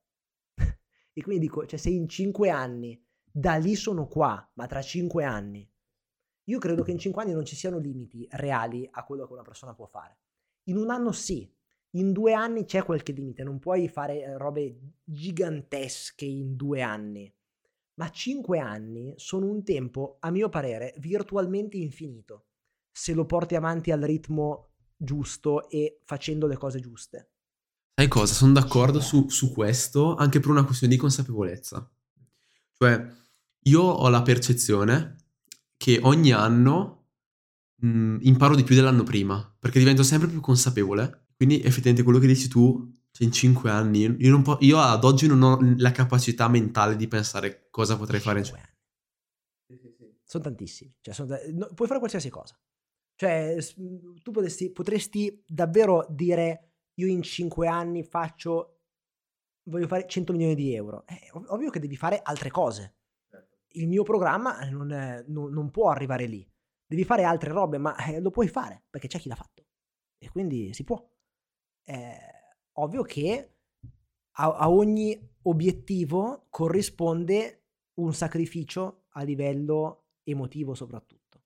E quindi dico, cioè se in cinque anni, da lì sono qua, ma tra cinque anni, io credo che in cinque anni non ci siano limiti reali a quello che una persona può fare. In un anno sì, in due anni c'è qualche limite, non puoi fare robe gigantesche in due anni, ma cinque anni sono un tempo, a mio parere, virtualmente infinito, se lo porti avanti al ritmo giusto e facendo le cose giuste. Sai cosa? Sono d'accordo su, su questo anche per una questione di consapevolezza. Cioè, io ho la percezione che ogni anno mh, imparo di più dell'anno prima, perché divento sempre più consapevole. Quindi effettivamente quello che dici tu, cioè in cinque anni, io, non po- io ad oggi non ho la capacità mentale di pensare cosa potrei fare in cinque anni. Sì, sì, sì. Sono tantissimi, cioè sono da- no, puoi fare qualsiasi cosa. Cioè tu potresti, potresti davvero dire io in cinque anni faccio, voglio fare cento milioni di euro. È ov- ovvio che devi fare altre cose. Il mio programma non, è, non, non può arrivare lì. Devi fare altre robe, ma eh, lo puoi fare, perché c'è chi l'ha fatto. E quindi si può. È ovvio che a, a ogni obiettivo corrisponde un sacrificio a livello emotivo soprattutto.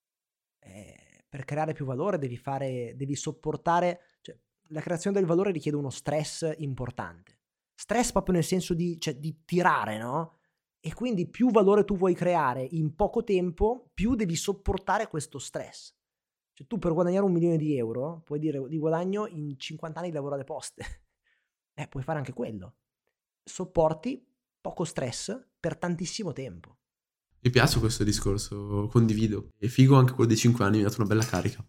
Eh, per creare più valore devi fare, devi sopportare, cioè, la creazione del valore richiede uno stress importante. Stress proprio nel senso di, cioè, di tirare, no? E quindi più valore tu vuoi creare in poco tempo, più devi sopportare questo stress. Cioè tu per guadagnare un milione di euro puoi dire di guadagno in cinquanta anni di lavoro alle poste. Eh, puoi fare anche quello. Sopporti poco stress per tantissimo tempo. Mi piace questo discorso, condivido. E figo anche quello dei cinque anni, mi ha dato una bella carica.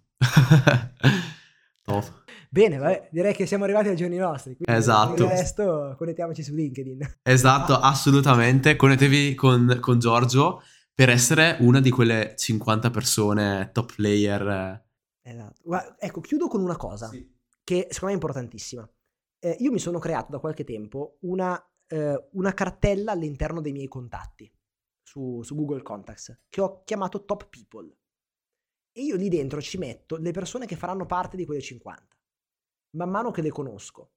Top. Bene, vabbè, direi che siamo arrivati ai giorni nostri. Esatto. Per il resto connettiamoci su LinkedIn. Esatto, assolutamente. Connettetevi con, con Giorgio per essere una di quelle cinquanta persone top player. Esatto. Guarda, ecco, chiudo con una cosa Sì. che secondo me è importantissima. Eh, io mi sono creato da qualche tempo una, eh, una cartella all'interno dei miei contatti su, su Google Contacts che ho chiamato Top People. E io lì dentro ci metto le persone che faranno parte di quelle cinquanta. Man mano che le conosco.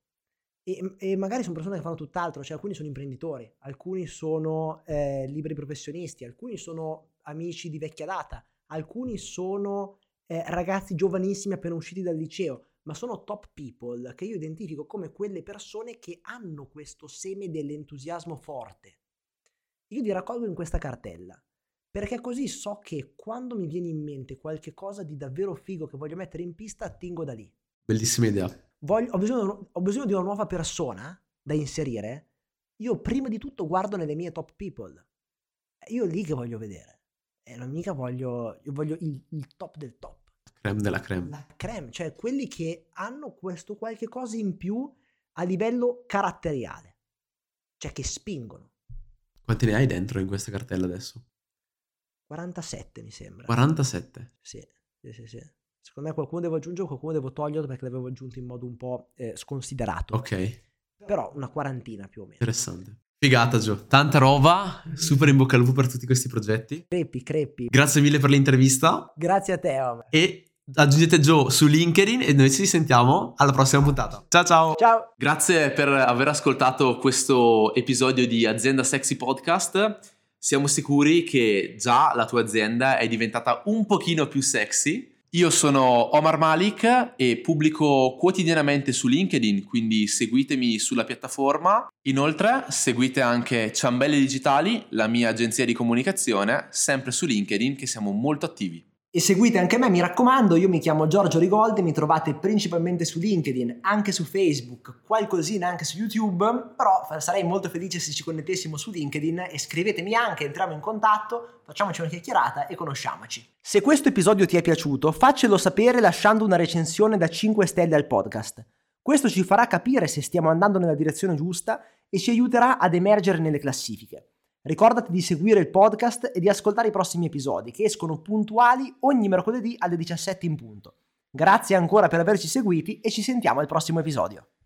E, e magari sono persone che fanno tutt'altro, cioè alcuni sono imprenditori, alcuni sono eh, liberi professionisti, alcuni sono amici di vecchia data, alcuni sono eh, ragazzi giovanissimi appena usciti dal liceo, ma sono top people che io identifico come quelle persone che hanno questo seme dell'entusiasmo forte. Io li raccolgo in questa cartella, perché così so che quando mi viene in mente qualche cosa di davvero figo che voglio mettere in pista, attingo da lì. Bellissima idea. Voglio, ho, bisogno, ho bisogno di una nuova persona da inserire. Io prima di tutto guardo nelle mie top people. Io lì che voglio vedere. E non mica voglio, io voglio il, il top del top. Creme della creme. La creme, cioè quelli che hanno questo qualche cosa in più a livello caratteriale. Cioè che spingono. Quanti ne hai dentro in questa cartella adesso? quarantasette mi sembra. quarantasette. Sì, sì, sì, sì. Secondo me qualcuno devo aggiungere, qualcuno devo togliere perché l'avevo aggiunto in modo un po' eh, sconsiderato. Ok. Però una quarantina più o meno. Interessante. Figata, Gio. Tanta roba. Super in bocca al lupo per tutti questi progetti. Crepi, crepi. Grazie mille per l'intervista. Grazie a te, Omar. E aggiungete Gio su LinkedIn e noi ci sentiamo alla prossima puntata. Ciao ciao. Ciao. Grazie per aver ascoltato questo episodio di Azienda Sexy Podcast. Siamo sicuri che già la tua azienda è diventata un pochino più sexy. Io sono Omar Malik e pubblico quotidianamente su LinkedIn, quindi seguitemi sulla piattaforma. Inoltre seguite anche Ciambelle Digitali, la mia agenzia di comunicazione, sempre su LinkedIn, che siamo molto attivi. E seguite anche me, mi raccomando, io mi chiamo Giorgio Rigoldi, mi trovate principalmente su LinkedIn, anche su Facebook, qualcosina anche su YouTube, però sarei molto felice se ci connettessimo su LinkedIn e scrivetemi anche, entriamo in contatto, facciamoci una chiacchierata e conosciamoci. Se questo episodio ti è piaciuto, faccelo sapere lasciando una recensione da cinque stelle al podcast. Questo ci farà capire se stiamo andando nella direzione giusta e ci aiuterà ad emergere nelle classifiche. Ricordati di seguire il podcast e di ascoltare i prossimi episodi che escono puntuali ogni mercoledì alle diciassette in punto. Grazie ancora per averci seguiti e ci sentiamo al prossimo episodio.